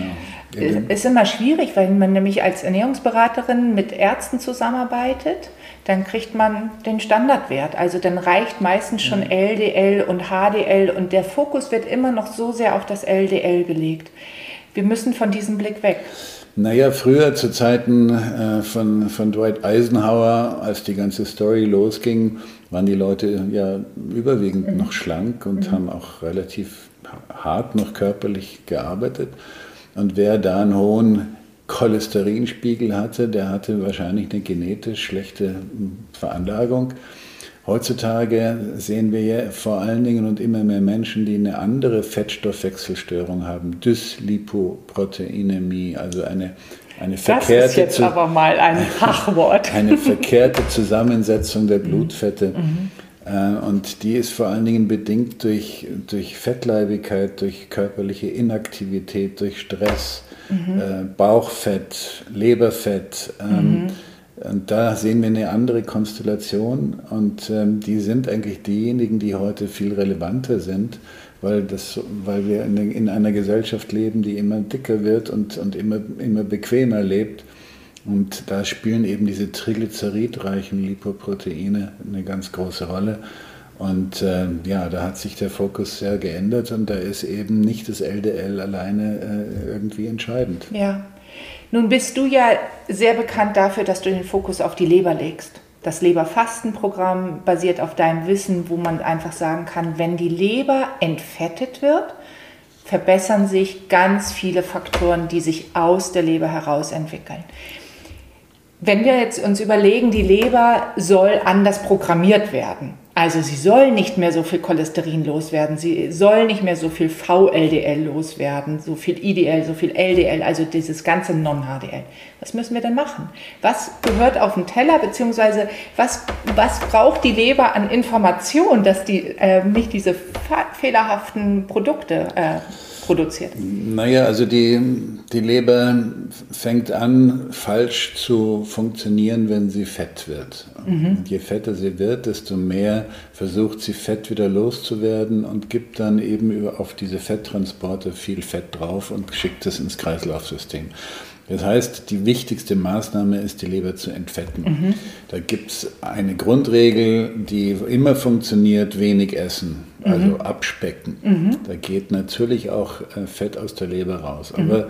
Ist immer schwierig, weil man nämlich als Ernährungsberaterin mit Ärzten zusammenarbeitet, dann kriegt man den Standardwert. Also dann reicht meistens schon LDL und HDL und der Fokus wird immer noch so sehr auf das LDL gelegt. Wir müssen von diesem Blick weg. Naja, früher zu Zeiten von Dwight Eisenhower, als die ganze Story losging, waren die Leute ja überwiegend noch schlank und haben auch relativ hart noch körperlich gearbeitet. Und wer da einen hohen Cholesterinspiegel hatte, der hatte wahrscheinlich eine genetisch schlechte Veranlagung. Heutzutage sehen wir ja vor allen Dingen und immer mehr Menschen, die eine andere Fettstoffwechselstörung haben, Dyslipoproteinämie, also eine verkehrte, das ist jetzt aber mal ein Fachwort. Eine verkehrte Zusammensetzung der Blutfette. Und die ist vor allen Dingen bedingt durch Fettleibigkeit, durch körperliche Inaktivität, durch Stress, Bauchfett, Leberfett. Und da sehen wir eine andere Konstellation und die sind eigentlich diejenigen, die heute viel relevanter sind, weil wir in einer Gesellschaft leben, die immer dicker wird und immer bequemer lebt. Und da spielen eben diese triglyceridreichen Lipoproteine eine ganz große Rolle. Und da hat sich der Fokus sehr geändert und da ist eben nicht das LDL alleine irgendwie entscheidend. Ja. Nun bist du ja sehr bekannt dafür, dass du den Fokus auf die Leber legst. Das Leberfastenprogramm basiert auf deinem Wissen, wo man einfach sagen kann, wenn die Leber entfettet wird, verbessern sich ganz viele Faktoren, die sich aus der Leber heraus entwickeln. Wenn wir jetzt uns überlegen, die Leber soll anders programmiert werden. Also sie soll nicht mehr so viel Cholesterin loswerden, sie soll nicht mehr so viel VLDL loswerden, so viel IDL, so viel LDL, also dieses ganze Non-HDL. Was müssen wir denn machen? Was gehört auf den Teller, beziehungsweise was braucht die Leber an Information, dass die nicht diese fehlerhaften Produkte produziert? Naja, also die Leber fängt an, falsch zu funktionieren, wenn sie fett wird. Und je fetter sie wird, desto mehr versucht sie Fett wieder loszuwerden und gibt dann eben auf diese Fetttransporter viel Fett drauf und schickt es ins Kreislaufsystem. Das heißt, die wichtigste Maßnahme ist, die Leber zu entfetten. Da gibt es eine Grundregel, die immer funktioniert: wenig essen, also abspecken. Da geht natürlich auch Fett aus der Leber raus. Aber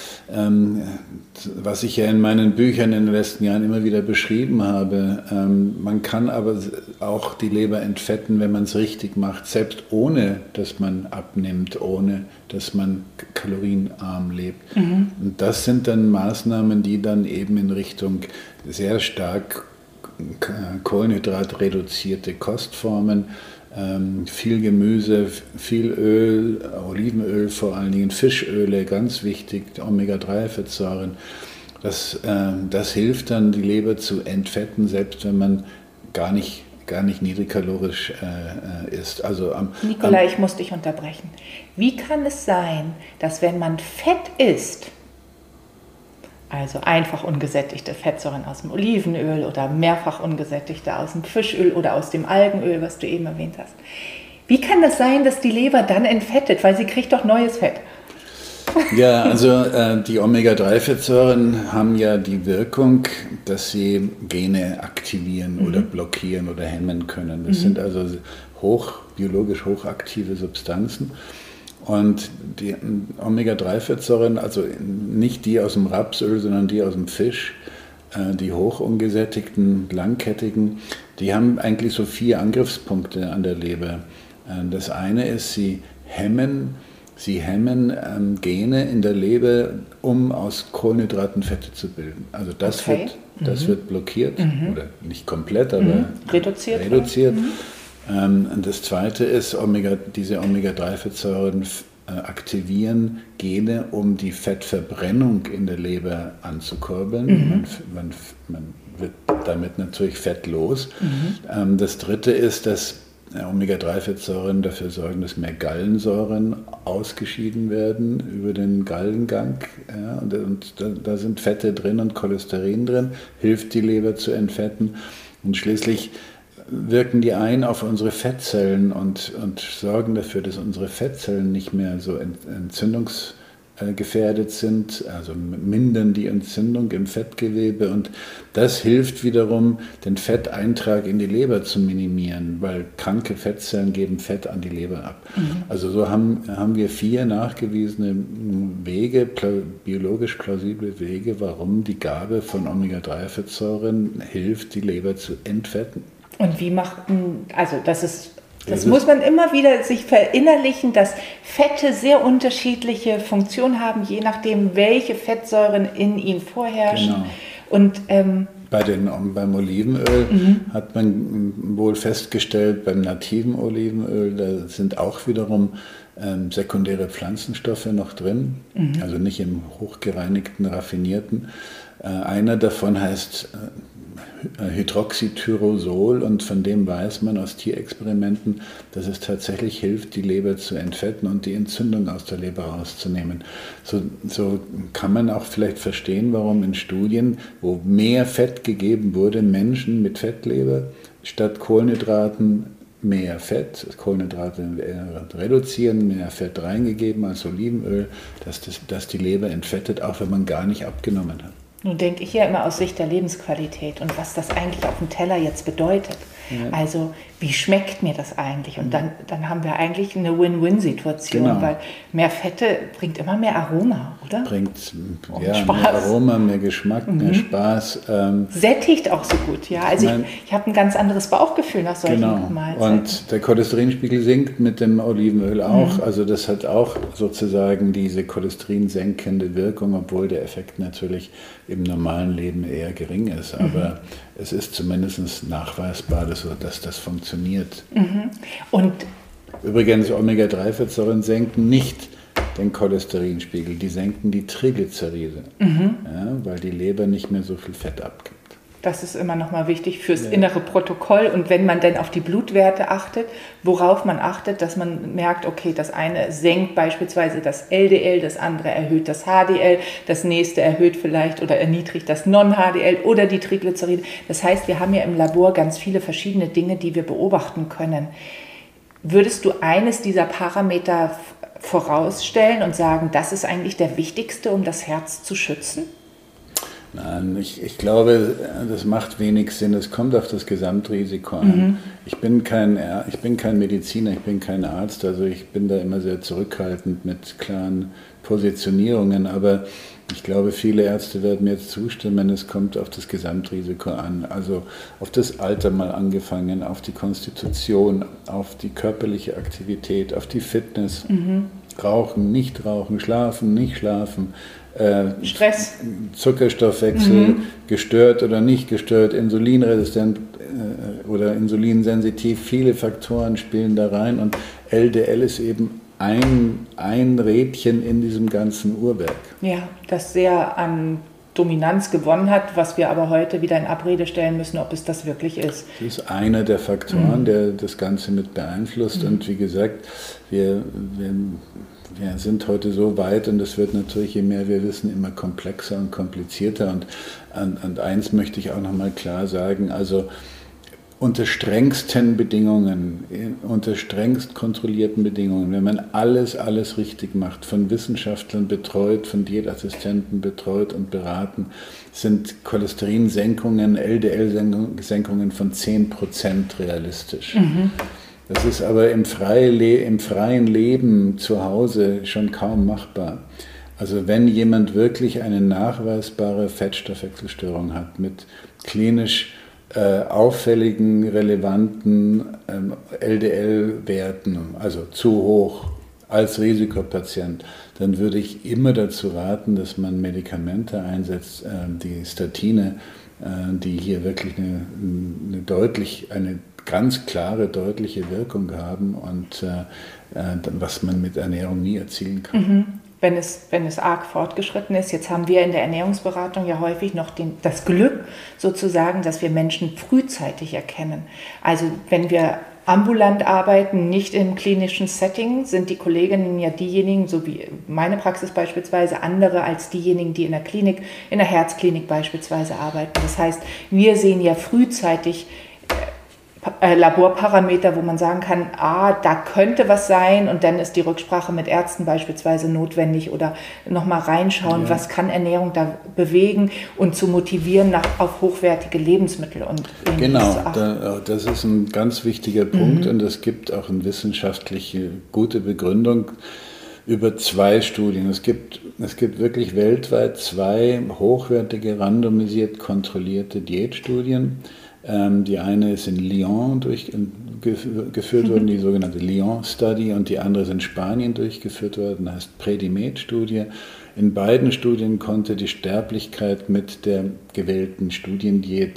was ich ja in meinen Büchern in den letzten Jahren immer wieder beschrieben habe, man kann aber auch die Leber entfetten, wenn man es richtig macht, selbst ohne, dass man abnimmt, ohne, dass man kalorienarm lebt. Und das sind dann Maßnahmen, die dann eben in Richtung sehr stark kohlenhydratreduzierte Kostformen, viel Gemüse, viel Öl, Olivenöl vor allen Dingen, Fischöle, ganz wichtig, Omega-3-Fettsäuren. Das hilft dann, die Leber zu entfetten, selbst wenn man gar nicht niedrigkalorisch isst. Nikolai, ich muss dich unterbrechen. Wie kann es sein, dass wenn man Fett isst, also einfach ungesättigte Fettsäuren aus dem Olivenöl oder mehrfach ungesättigte aus dem Fischöl oder aus dem Algenöl, was du eben erwähnt hast. Wie kann das sein, dass die Leber dann entfettet? Weil sie kriegt doch neues Fett. Ja, also die Omega-3-Fettsäuren haben ja die Wirkung, dass sie Gene aktivieren oder blockieren oder hemmen können. Das sind also biologisch hochaktive Substanzen. Und die Omega-3-Fettsäuren, also nicht die aus dem Rapsöl, sondern die aus dem Fisch, die hochungesättigten, langkettigen, die haben eigentlich so 4 Angriffspunkte an der Leber. Das eine ist, sie hemmen Gene in der Leber, um aus Kohlenhydraten Fette zu bilden. Also das wird blockiert, oder nicht komplett, aber reduziert. Und das zweite ist, diese Omega-3-Fettsäuren aktivieren Gene, um die Fettverbrennung in der Leber anzukurbeln. Man wird damit natürlich Fett los. Das dritte ist, dass Omega-3-Fettsäuren dafür sorgen, dass mehr Gallensäuren ausgeschieden werden über den Gallengang. Ja, und da sind Fette drin und Cholesterin drin, hilft die Leber zu entfetten. Und schließlich wirken die ein auf unsere Fettzellen und sorgen dafür, dass unsere Fettzellen nicht mehr so entzündungsgefährdet sind, also mindern die Entzündung im Fettgewebe, und das hilft wiederum, den Fetteintrag in die Leber zu minimieren, weil kranke Fettzellen geben Fett an die Leber ab. Also so haben wir 4 nachgewiesene Wege, biologisch plausible Wege, warum die Gabe von Omega-3-Fettsäuren hilft, die Leber zu entfetten. Und wie also das muss man immer wieder sich verinnerlichen, dass Fette sehr unterschiedliche Funktionen haben, je nachdem, welche Fettsäuren in ihnen vorherrschen. Genau. Und beim Olivenöl hat man wohl festgestellt, beim nativen Olivenöl, da sind auch wiederum sekundäre Pflanzenstoffe noch drin, also nicht im hochgereinigten, raffinierten. Einer davon heißt Hydroxytyrosol, und von dem weiß man aus Tierexperimenten, dass es tatsächlich hilft, die Leber zu entfetten und die Entzündung aus der Leber rauszunehmen. So kann man auch vielleicht verstehen, warum in Studien, wo mehr Fett gegeben wurde, Menschen mit Fettleber statt Kohlenhydraten mehr Fett, Kohlenhydrate reduzieren, mehr Fett reingegeben als Olivenöl, dass die Leber entfettet, auch wenn man gar nicht abgenommen hat. Nun denke ich ja immer aus Sicht der Lebensqualität und was das eigentlich auf dem Teller jetzt bedeutet. Ja. Also wie schmeckt mir das eigentlich? Und dann haben wir eigentlich eine Win-Win-Situation, genau. Weil mehr Fette bringt immer mehr Aroma, oder? Bringt Spaß. Mehr Aroma, mehr Geschmack, mehr Spaß. Sättigt auch so gut, ja. Also ich habe ein ganz anderes Bauchgefühl nach solchen Mahlzeiten. Und der Cholesterinspiegel sinkt mit dem Olivenöl auch. Also das hat auch sozusagen diese cholesterinsenkende Wirkung, obwohl der Effekt natürlich im normalen Leben eher gering ist. Aber es ist zumindest nachweisbar, dass das funktioniert. Und übrigens, Omega-3-Fettsäuren senken nicht den Cholesterinspiegel, die senken die Triglyceride, weil die Leber nicht mehr so viel Fett abgibt. Das ist immer noch mal wichtig fürs innere Protokoll. Und wenn man dann auf die Blutwerte achtet, worauf man achtet, dass man merkt, okay, das eine senkt beispielsweise das LDL, das andere erhöht das HDL, das nächste erhöht vielleicht oder erniedrigt das Non-HDL oder die Triglyceride. Das heißt, wir haben ja im Labor ganz viele verschiedene Dinge, die wir beobachten können. Würdest du eines dieser Parameter vorausstellen und sagen, das ist eigentlich der wichtigste, um das Herz zu schützen? Nein, ich glaube, das macht wenig Sinn. Es kommt auf das Gesamtrisiko an. Ich bin kein Mediziner, ich bin kein Arzt, also ich bin da immer sehr zurückhaltend mit klaren Positionierungen, aber ich glaube, viele Ärzte werden mir jetzt zustimmen, es kommt auf das Gesamtrisiko an, also auf das Alter mal angefangen, auf die Konstitution, auf die körperliche Aktivität, auf die Fitness, Rauchen, nicht rauchen, schlafen, nicht schlafen, Stress, Zuckerstoffwechsel, gestört oder nicht gestört, insulinresistent oder insulinsensitiv, viele Faktoren spielen da rein, und LDL ist eben ein Rädchen in diesem ganzen Uhrwerk. Ja, das sehr an Dominanz gewonnen hat, was wir aber heute wieder in Abrede stellen müssen, ob es das wirklich ist. Das ist einer der Faktoren, der das Ganze mit beeinflusst, und wie gesagt, wir sind heute so weit, und es wird natürlich, je mehr wir wissen, immer komplexer und komplizierter, und eins möchte ich auch nochmal klar sagen, also unter strengsten Bedingungen, unter strengst kontrollierten Bedingungen, wenn man alles richtig macht, von Wissenschaftlern betreut, von Diätassistenten betreut und beraten, sind Cholesterinsenkungen, LDL-Senkungen von 10% realistisch. Das ist aber im freien Leben zu Hause schon kaum machbar. Also wenn jemand wirklich eine nachweisbare Fettstoffwechselstörung hat mit klinisch auffälligen, relevanten LDL-Werten, also zu hoch als Risikopatient, dann würde ich immer dazu raten, dass man Medikamente einsetzt, die Statine, die hier wirklich eine ganz klare, deutliche Wirkung haben und was man mit Ernährung nie erzielen kann. Wenn es arg fortgeschritten ist. Jetzt haben wir in der Ernährungsberatung ja häufig noch das Glück sozusagen, dass wir Menschen frühzeitig erkennen. Also wenn wir ambulant arbeiten, nicht im klinischen Setting, sind die Kolleginnen ja diejenigen, so wie meine Praxis beispielsweise, andere als diejenigen, die in der Klinik, in der Herzklinik beispielsweise arbeiten. Das heißt, wir sehen ja frühzeitig Laborparameter, wo man sagen kann, da könnte was sein, und dann ist die Rücksprache mit Ärzten beispielsweise notwendig oder nochmal reinschauen, was kann Ernährung da bewegen und zu motivieren auf hochwertige Lebensmittel und ähnliches zu achten. Genau, das ist ein ganz wichtiger Punkt, und es gibt auch eine wissenschaftliche gute Begründung über 2 Studien. Es gibt wirklich weltweit 2 hochwertige, randomisiert kontrollierte Diätstudien. Die eine ist in Lyon durchgeführt worden, die sogenannte Lyon-Study, und die andere ist in Spanien durchgeführt worden, heißt Predimed-Studie. In beiden Studien konnte die Sterblichkeit mit der gewählten Studiendiät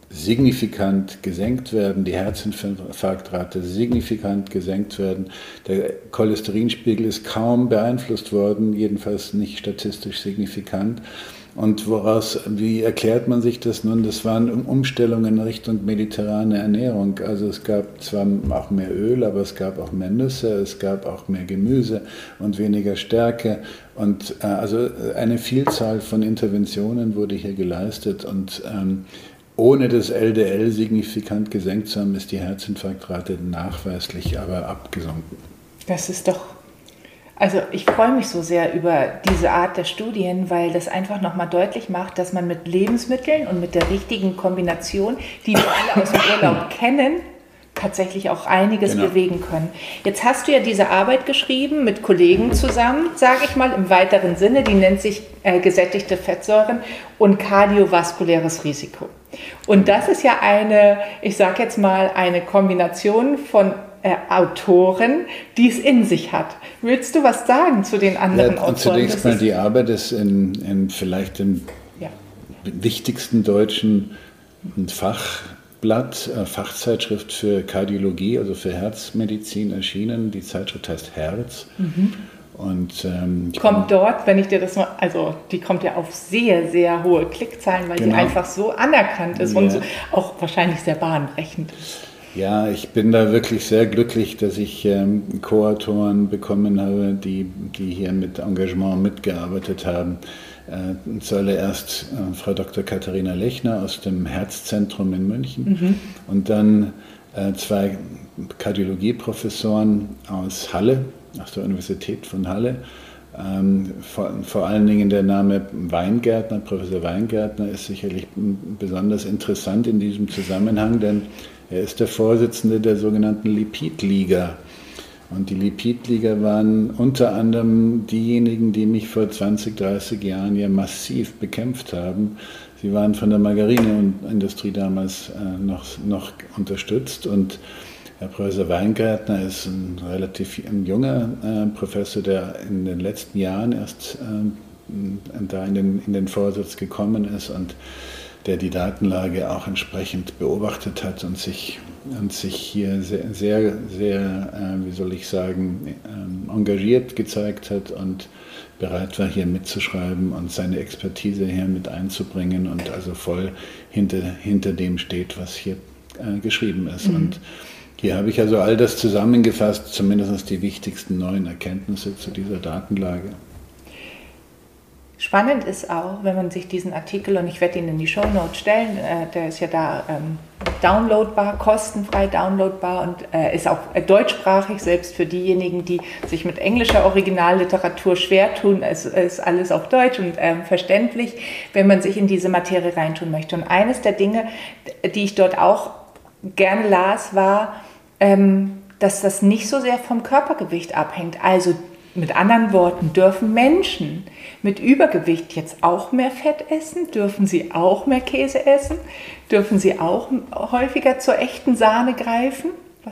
signifikant gesenkt werden, die Herzinfarktrate signifikant gesenkt werden, der Cholesterinspiegel ist kaum beeinflusst worden, jedenfalls nicht statistisch signifikant. Und wie erklärt man sich das nun? Das waren Umstellungen in Richtung mediterrane Ernährung. Also es gab zwar auch mehr Öl, aber es gab auch mehr Nüsse, es gab auch mehr Gemüse und weniger Stärke. Und also eine Vielzahl von Interventionen wurde hier geleistet, und ohne das LDL signifikant gesenkt zu haben, ist die Herzinfarktrate nachweislich aber abgesunken. Das ist doch... Also ich freue mich so sehr über diese Art der Studien, weil das einfach nochmal deutlich macht, dass man mit Lebensmitteln und mit der richtigen Kombination, die wir alle aus dem Urlaub kennen, tatsächlich auch einiges bewegen können. Jetzt hast du ja diese Arbeit geschrieben mit Kollegen zusammen, sage ich mal im weiteren Sinne, die nennt sich gesättigte Fettsäuren und kardiovaskuläres Risiko. Und das ist ja ich sage jetzt mal, eine Kombination von Autoren, die es in sich hat. Willst du was sagen zu den anderen Autoren? Zunächst mal, die Arbeit ist in vielleicht dem wichtigsten deutschen Fachblatt, Fachzeitschrift für Kardiologie, also für Herzmedizin erschienen. Die Zeitschrift heißt Herz. Und kommt dort, wenn ich dir das mal, also die kommt ja auf sehr, sehr hohe Klickzahlen, weil sie einfach so anerkannt ist und so, auch wahrscheinlich sehr bahnbrechend ist. Ja, ich bin da wirklich sehr glücklich, dass ich Co-Autoren bekommen habe, die hier mit Engagement mitgearbeitet haben. Zuallererst Frau Dr. Katharina Lechner aus dem Herzzentrum in München und dann 2 Kardiologieprofessoren aus Halle, aus der Universität von Halle. Vor allen Dingen der Name Weingärtner, Professor Weingärtner, ist sicherlich besonders interessant in diesem Zusammenhang, denn er ist der Vorsitzende der sogenannten Lipidliga. Und die Lipidliga waren unter anderem diejenigen, die mich vor 20, 30 Jahren ja massiv bekämpft haben. Sie waren von der Margarineindustrie damals noch unterstützt. Und Herr Professor Weingärtner ist ein relativ junger Professor, der in den letzten Jahren erst da in den Vorsitz gekommen ist und der die Datenlage auch entsprechend beobachtet hat und sich hier sehr, sehr, sehr, wie soll ich sagen, engagiert gezeigt hat und bereit war, hier mitzuschreiben und seine Expertise hier mit einzubringen und also voll hinter dem steht, was hier geschrieben ist. Und hier habe ich also all das zusammengefasst, zumindest die wichtigsten neuen Erkenntnisse zu dieser Datenlage. Spannend ist auch, wenn man sich diesen Artikel, und ich werde ihn in die Shownotes stellen, der ist ja da downloadbar, kostenfrei downloadbar und ist auch deutschsprachig, selbst für diejenigen, die sich mit englischer Originalliteratur schwer tun. Es ist alles auf Deutsch und verständlich, wenn man sich in diese Materie reintun möchte. Und eines der Dinge, die ich dort auch gerne las, war, dass das nicht so sehr vom Körpergewicht abhängt. Also mit anderen Worten, dürfen Menschen mit Übergewicht jetzt auch mehr Fett essen? Dürfen sie auch mehr Käse essen? Dürfen sie auch häufiger zur echten Sahne greifen?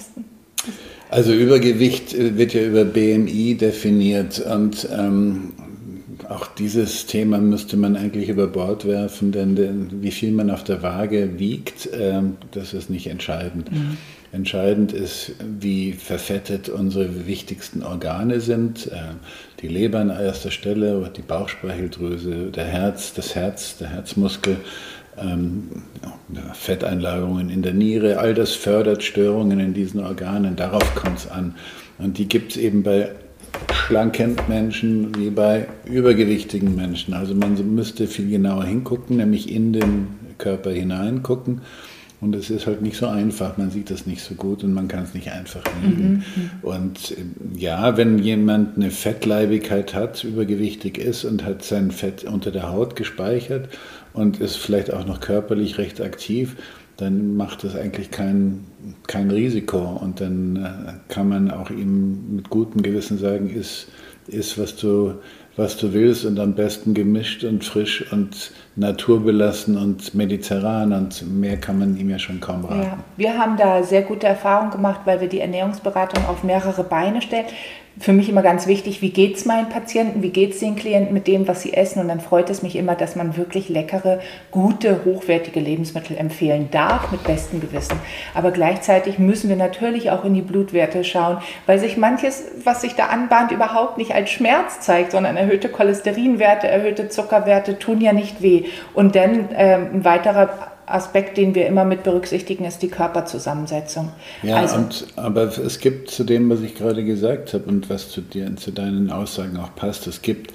Also Übergewicht wird ja über BMI definiert und auch dieses Thema müsste man eigentlich über Bord werfen, denn wie viel man auf der Waage wiegt, das ist nicht entscheidend. Entscheidend ist, wie verfettet unsere wichtigsten Organe sind. Die Leber an erster Stelle, die Bauchspeicheldrüse, der Herzmuskel. Fetteinlagerungen in der Niere, all das fördert Störungen in diesen Organen, darauf kommt es an. Und die gibt es eben bei schlanken Menschen wie bei übergewichtigen Menschen. Also man müsste viel genauer hingucken, nämlich in den Körper hineingucken. Und es ist halt nicht so einfach, man sieht das nicht so gut und man kann es nicht einfach wiegen. Und ja, wenn jemand eine Fettleibigkeit hat, übergewichtig ist und hat sein Fett unter der Haut gespeichert und ist vielleicht auch noch körperlich recht aktiv, dann macht das eigentlich kein Risiko. Und dann kann man auch ihm mit gutem Gewissen sagen, iss was du willst und am besten gemischt und frisch und naturbelassen und mediterran, und mehr kann man ihm ja schon kaum raten. Ja, wir haben da sehr gute Erfahrungen gemacht, weil wir die Ernährungsberatung auf mehrere Beine stellen. Für mich immer ganz wichtig, wie geht es meinen Patienten, wie geht es den Klienten mit dem, was sie essen, und dann freut es mich immer, dass man wirklich leckere, gute, hochwertige Lebensmittel empfehlen darf, mit bestem Gewissen. Aber gleichzeitig müssen wir natürlich auch in die Blutwerte schauen, weil sich manches, was sich da anbahnt, überhaupt nicht als Schmerz zeigt, sondern erhöhte Cholesterinwerte, erhöhte Zuckerwerte tun ja nicht weh. Und dann ein weiterer Aspekt, den wir immer mit berücksichtigen, ist die Körperzusammensetzung. Ja, aber es gibt zu dem, was ich gerade gesagt habe und was zu deinen Aussagen auch passt, es gibt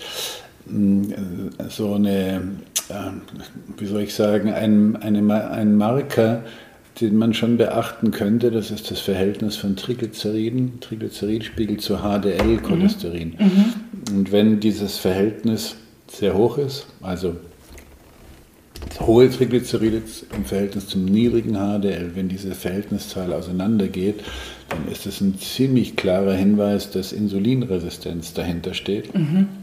so eine, wie soll ich sagen, einen Marker, den man schon beachten könnte, das ist das Verhältnis von Triglyceridspiegel zu HDL, Cholesterin. Und wenn dieses Verhältnis sehr hoch ist, also hohe Triglyceride im Verhältnis zum niedrigen HDL, wenn diese Verhältniszahl auseinandergeht, dann ist es ein ziemlich klarer Hinweis, dass Insulinresistenz dahinter steht.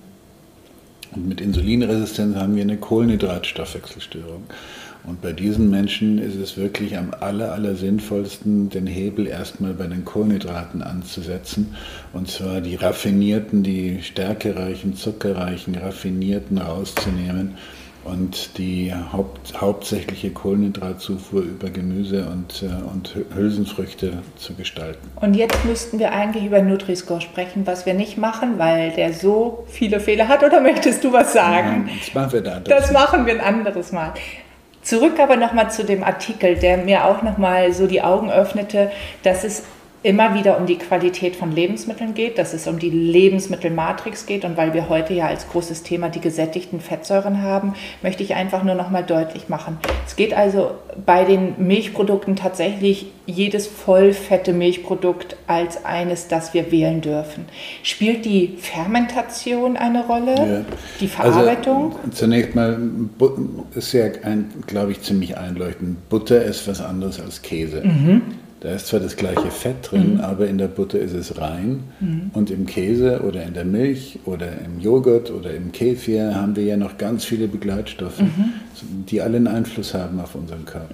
Und mit Insulinresistenz haben wir eine Kohlenhydratstoffwechselstörung. Und bei diesen Menschen ist es wirklich am aller sinnvollsten, den Hebel erstmal bei den Kohlenhydraten anzusetzen. Und zwar die raffinierten, die stärkereichen, zuckerreichen, raffinierten rauszunehmen und die hauptsächliche Kohlenhydratzufuhr über Gemüse und Hülsenfrüchte zu gestalten. Und jetzt müssten wir eigentlich über Nutri-Score sprechen, was wir nicht machen, weil der so viele Fehler hat. Oder möchtest du was sagen? Nein, das machen wir da. Das machen wir ein anderes Mal. Zurück aber nochmal zu dem Artikel, der mir auch nochmal so die Augen öffnete, dass es immer wieder um die Qualität von Lebensmitteln geht, dass es um die Lebensmittelmatrix geht, und weil wir heute ja als großes Thema die gesättigten Fettsäuren haben, möchte ich einfach nur nochmal deutlich machen. Es geht also bei den Milchprodukten tatsächlich jedes vollfette Milchprodukt als eines, das wir wählen dürfen. Spielt die Fermentation eine Rolle? Ja. Die Verarbeitung? Also, zunächst mal ist ja, glaube ich, ziemlich einleuchtend. Butter ist was anderes als Käse. Da ist zwar das gleiche Fett drin, aber in der Butter ist es rein. Und im Käse oder in der Milch oder im Joghurt oder im Kefir haben wir ja noch ganz viele Begleitstoffe, die alle einen Einfluss haben auf unseren Körper.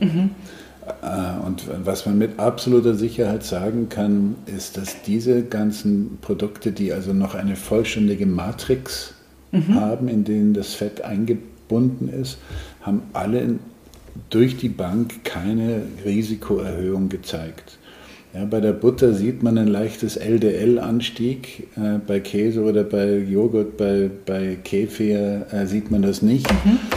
Und was man mit absoluter Sicherheit sagen kann, ist, dass diese ganzen Produkte, die also noch eine vollständige Matrix haben, in denen das Fett eingebunden ist, haben alle durch die Bank keine Risikoerhöhung gezeigt. Ja, bei der Butter sieht man ein leichtes LDL-Anstieg, bei Käse oder bei Joghurt, bei Kefir sieht man das nicht.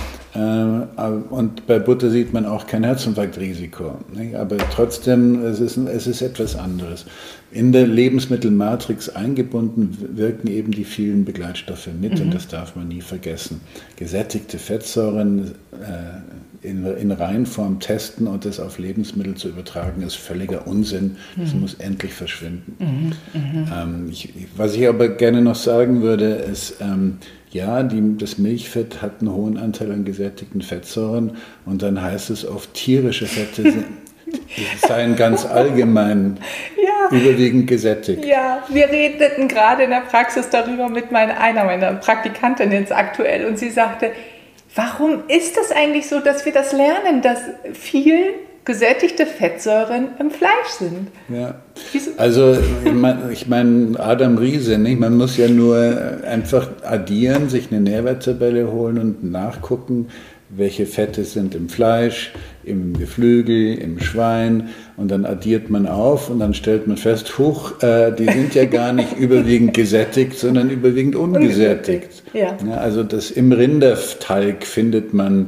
Und bei Butter sieht man auch kein Herzinfarktrisiko. Aber trotzdem, es ist etwas anderes. In der Lebensmittelmatrix eingebunden wirken eben die vielen Begleitstoffe mit, und das darf man nie vergessen. Gesättigte Fettsäuren in Reinform testen und das auf Lebensmittel zu übertragen, ist völliger Unsinn. Das muss endlich verschwinden. Was ich aber gerne noch sagen würde, ist, ja, das Milchfett hat einen hohen Anteil an gesättigten Fettsäuren, und dann heißt es oft, tierische Fette seien ganz allgemein überwiegend gesättigt. Ja, wir redeten gerade in der Praxis darüber mit einer meiner Praktikantinnen jetzt aktuell, und sie sagte, warum ist das eigentlich so, dass wir das lernen, dass viel gesättigte Fettsäuren im Fleisch sind? Ja, also ich meine, Adam Riese, nicht? Man muss ja nur einfach addieren, sich eine Nährwerttabelle holen und nachgucken, welche Fette sind im Fleisch, im Geflügel, im Schwein, und dann addiert man auf und dann stellt man fest, die sind ja gar nicht überwiegend gesättigt, sondern überwiegend ungesättigt. Ja, also im Rinderteig findet man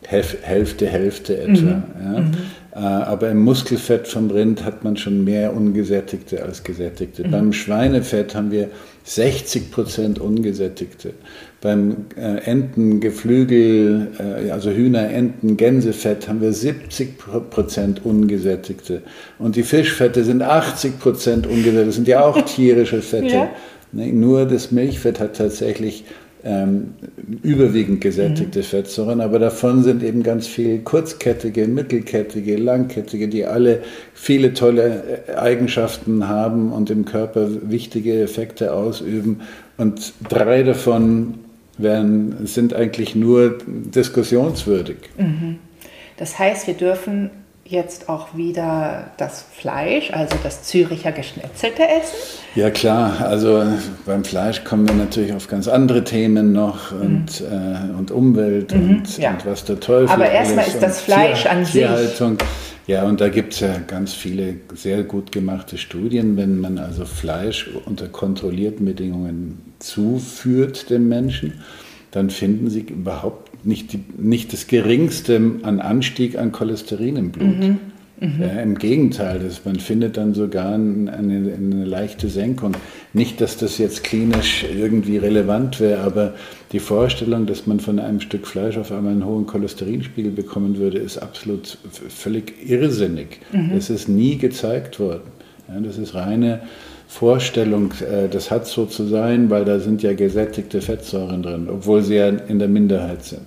Hälfte etwa. Ja. Aber im Muskelfett vom Rind hat man schon mehr ungesättigte als gesättigte. Beim Schweinefett haben wir 60% ungesättigte. Beim Entengeflügel, also Hühner, Enten, Gänsefett haben wir 70% ungesättigte. Und die Fischfette sind 80% ungesättigt. Das sind ja auch tierische Fette. Ja. Nur das Milchfett hat tatsächlich überwiegend gesättigte Fettsäuren, aber davon sind eben ganz viel kurzkettige, mittelkettige, langkettige, die alle viele tolle Eigenschaften haben und im Körper wichtige Effekte ausüben. Und 3 davon sind eigentlich nur diskussionswürdig. Das heißt, wir dürfen jetzt auch wieder das Fleisch, also das Züricher Geschnetzelte essen? Ja klar, also beim Fleisch kommen wir natürlich auf ganz andere Themen noch und Umwelt und was der Teufel ist. Aber erstmal ist das Fleisch an sich. Tierhaltung. Ja, und da gibt es ja ganz viele sehr gut gemachte Studien, wenn man also Fleisch unter kontrollierten Bedingungen zuführt dem Menschen, dann finden sie überhaupt nicht das Geringste an Anstieg an Cholesterin im Blut. Ja, im Gegenteil, man findet dann sogar eine leichte Senkung. Nicht, dass das jetzt klinisch irgendwie relevant wäre, aber die Vorstellung, dass man von einem Stück Fleisch auf einmal einen hohen Cholesterinspiegel bekommen würde, ist absolut völlig irrsinnig. Das ist nie gezeigt worden. Ja, das ist reine Vorstellung, das hat so zu sein, weil da sind ja gesättigte Fettsäuren drin, obwohl sie ja in der Minderheit sind.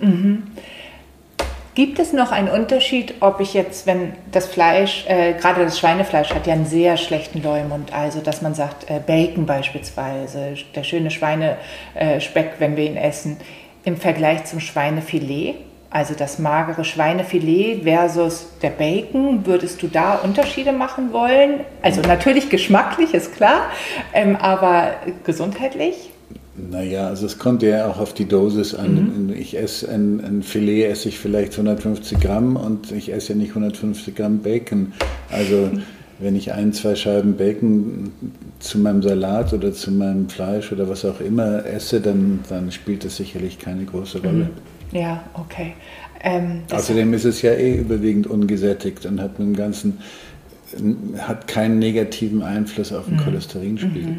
Gibt es noch einen Unterschied, ob ich jetzt, wenn das Fleisch, gerade das Schweinefleisch hat ja einen sehr schlechten Leumund, also dass man sagt, Bacon beispielsweise, der schöne Schweinespeck, wenn wir ihn essen, im Vergleich zum Schweinefilet, also das magere Schweinefilet versus der Bacon, würdest du da Unterschiede machen wollen? Also natürlich geschmacklich, ist klar, aber gesundheitlich? Naja, also es kommt ja auch auf die Dosis an. Ich esse ein Filet, esse ich vielleicht 150 Gramm und ich esse ja nicht 150 Gramm Bacon. Also wenn ich 1-2 Scheiben Bacon zu meinem Salat oder zu meinem Fleisch oder was auch immer esse, dann spielt das sicherlich keine große Rolle. Ja, okay. Außerdem ist es ja überwiegend ungesättigt und hat keinen negativen Einfluss auf den Cholesterinspiegel.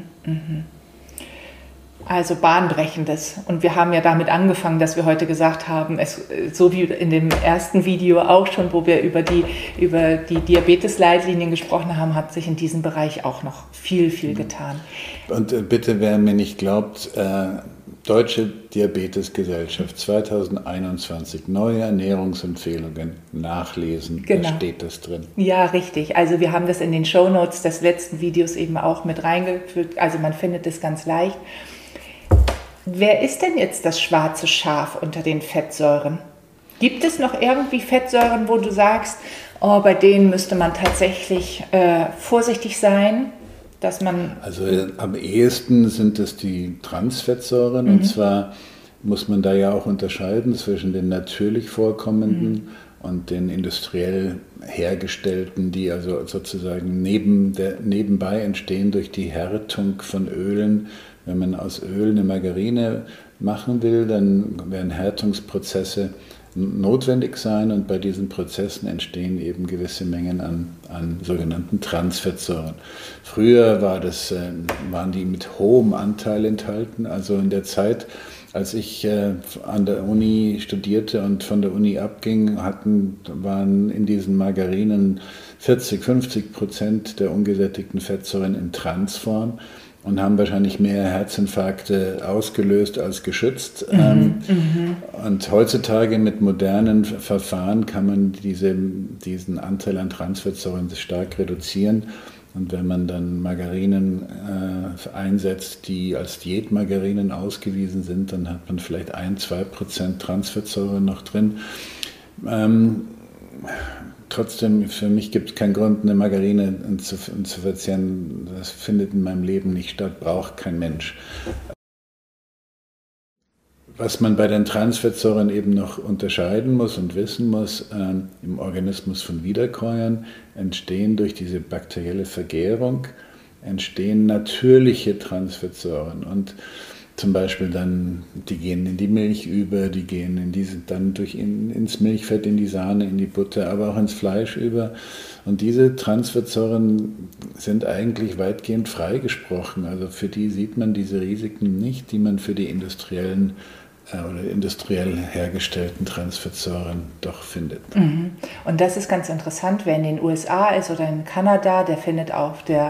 Also bahnbrechendes. Und wir haben ja damit angefangen, dass wir heute gesagt haben, so wie in dem ersten Video auch schon, wo wir über die Diabetes-Leitlinien gesprochen haben, hat sich in diesem Bereich auch noch viel getan. Und bitte, wer mir nicht glaubt, Deutsche Diabetesgesellschaft 2021, neue Ernährungsempfehlungen, nachlesen, da steht das drin. Ja, richtig. Also wir haben das in den Shownotes des letzten Videos eben auch mit reingefügt, also man findet es ganz leicht. Wer ist denn jetzt das schwarze Schaf unter den Fettsäuren? Gibt es noch irgendwie Fettsäuren, wo du sagst, bei denen müsste man tatsächlich vorsichtig sein? Dass man also am ehesten sind es die Transfettsäuren und zwar muss man da ja auch unterscheiden zwischen den natürlich vorkommenden und den industriell hergestellten, die also sozusagen nebenbei entstehen durch die Härtung von Ölen. Wenn man aus Öl eine Margarine machen will, dann werden Härtungsprozesse notwendig sein und bei diesen Prozessen entstehen eben gewisse Mengen an sogenannten Transfettsäuren. Früher waren die mit hohem Anteil enthalten, also in der Zeit, als ich an der Uni studierte und von der Uni abging, waren in diesen Margarinen 40-50% der ungesättigten Fettsäuren in Transform und haben wahrscheinlich mehr Herzinfarkte ausgelöst als geschützt. Und heutzutage mit modernen Verfahren kann man diesen Anteil an Transfettsäuren stark reduzieren. Und wenn man dann Margarinen einsetzt, die als Diätmargarinen ausgewiesen sind, dann hat man vielleicht 1-2% Transfettsäuren noch drin. Trotzdem, für mich gibt es keinen Grund, eine Margarine zu verzehren. Das findet in meinem Leben nicht statt, braucht kein Mensch. Was man bei den Transfettsäuren eben noch unterscheiden muss und wissen muss, im Organismus von Wiederkäuern entstehen durch diese bakterielle Vergärung natürliche Transfettsäuren. Und zum Beispiel dann, die gehen in die Milch über, die gehen dann ins Milchfett, in die Sahne, in die Butter, aber auch ins Fleisch über. Und diese Transfettsäuren sind eigentlich weitgehend freigesprochen. Also für die sieht man diese Risiken nicht, die man für die industriell hergestellten Transfettsäuren doch findet. Und das ist ganz interessant, wer in den USA ist oder in Kanada, der findet auf der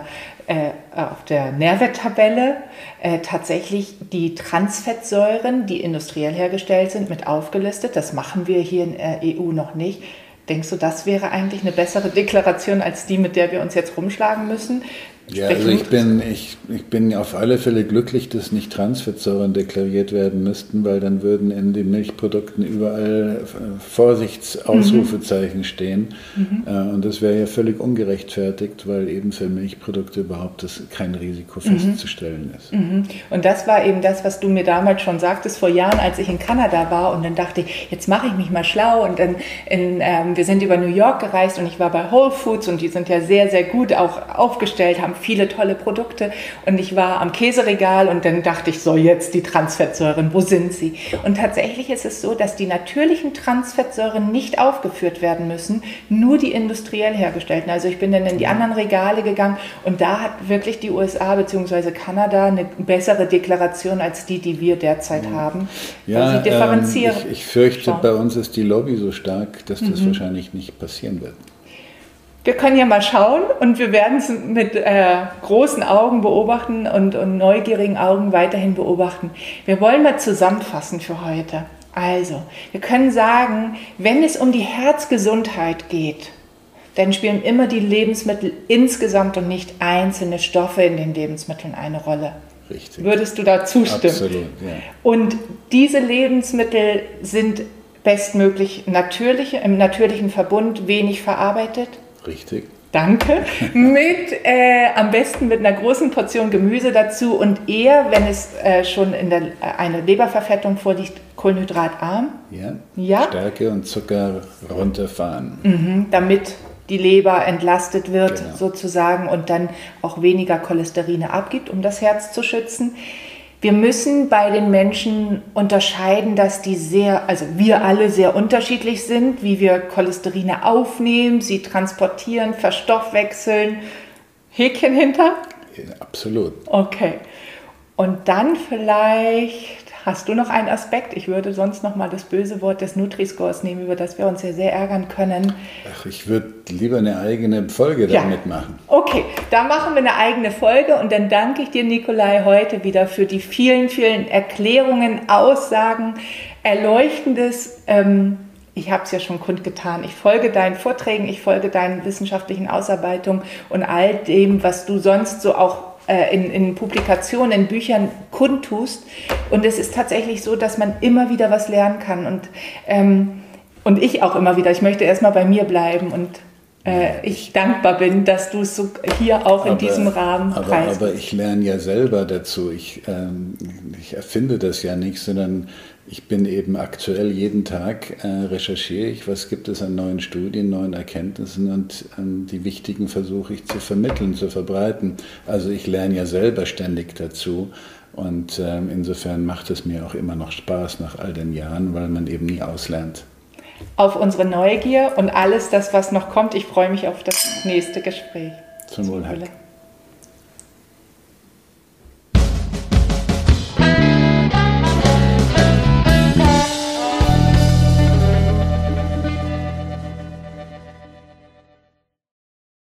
Nährwerttabelle tatsächlich die Transfettsäuren, die industriell hergestellt sind, mit aufgelistet. Das machen wir hier in der EU noch nicht. Denkst du, das wäre eigentlich eine bessere Deklaration als die, mit der wir uns jetzt rumschlagen müssen? Ja, also ich bin auf alle Fälle glücklich, dass nicht Transfettsäuren deklariert werden müssten, weil dann würden in den Milchprodukten überall Vorsichtsausrufezeichen stehen. Und das wäre ja völlig ungerechtfertigt, weil eben für Milchprodukte überhaupt kein Risiko festzustellen ist. Und das war eben das, was du mir damals schon sagtest, vor Jahren, als ich in Kanada war. Und dann dachte ich, jetzt mache ich mich mal schlau. Und dann wir sind über New York gereist und ich war bei Whole Foods und die sind ja sehr, sehr gut auch aufgestellt, haben viele tolle Produkte und ich war am Käseregal und dann dachte ich, so jetzt die Transfettsäuren, wo sind sie? Und tatsächlich ist es so, dass die natürlichen Transfettsäuren nicht aufgeführt werden müssen, nur die industriell hergestellten. Also ich bin dann in die anderen Regale gegangen und da hat wirklich die USA bzw. Kanada eine bessere Deklaration als die wir derzeit haben. Ja, sie differenzieren. Ich fürchte, bei uns ist die Lobby so stark, dass das wahrscheinlich nicht passieren wird. Wir können ja mal schauen und wir werden es mit großen Augen beobachten und neugierigen Augen weiterhin beobachten. Wir wollen mal zusammenfassen für heute. Also, wir können sagen, wenn es um die Herzgesundheit geht, dann spielen immer die Lebensmittel insgesamt und nicht einzelne Stoffe in den Lebensmitteln eine Rolle. Richtig. Würdest du da zustimmen? Absolut, ja. Und diese Lebensmittel sind bestmöglich im natürlichen Verbund, wenig verarbeitet. Richtig. Danke. Am besten mit einer großen Portion Gemüse dazu und eher, wenn es schon eine Leberverfettung vorliegt, kohlenhydratarm. Ja. Stärke und Zucker runterfahren. Damit die Leber entlastet wird sozusagen und dann auch weniger Cholesterine abgibt, um das Herz zu schützen. Wir müssen bei den Menschen unterscheiden, dass wir alle sehr unterschiedlich sind, wie wir Cholesterine aufnehmen, sie transportieren, verstoffwechseln. Häkchen hinter? Ja, absolut. Okay. Und dann vielleicht, hast du noch einen Aspekt? Ich würde sonst noch mal das böse Wort des Nutri-Scores nehmen, über das wir uns ja sehr ärgern können. Ach, ich würde lieber eine eigene Folge damit machen. Okay, da machen wir eine eigene Folge und dann danke ich dir, Nikolai, heute wieder für die vielen, vielen Erklärungen, Aussagen, Erleuchtendes. Ich habe es ja schon kundgetan. Ich folge deinen Vorträgen, ich folge deinen wissenschaftlichen Ausarbeitungen und all dem, was du sonst so auch in Publikationen, in Büchern kundtust. Und es ist tatsächlich so, dass man immer wieder was lernen kann. Und ich auch immer wieder. Ich möchte erstmal bei mir bleiben und ich dankbar bin, dass du es so hier auch in diesem Rahmen preisgibst. Aber ich lerne ja selber dazu. Ich erfinde das ja nicht, sondern ich bin eben aktuell jeden Tag, recherchiere ich, was gibt es an neuen Studien, neuen Erkenntnissen und die wichtigen versuche ich zu vermitteln, zu verbreiten. Also ich lerne ja selber ständig dazu und insofern macht es mir auch immer noch Spaß nach all den Jahren, weil man eben nie auslernt. Auf unsere Neugier und alles das, was noch kommt. Ich freue mich auf das nächste Gespräch. Zum Wohlhalt.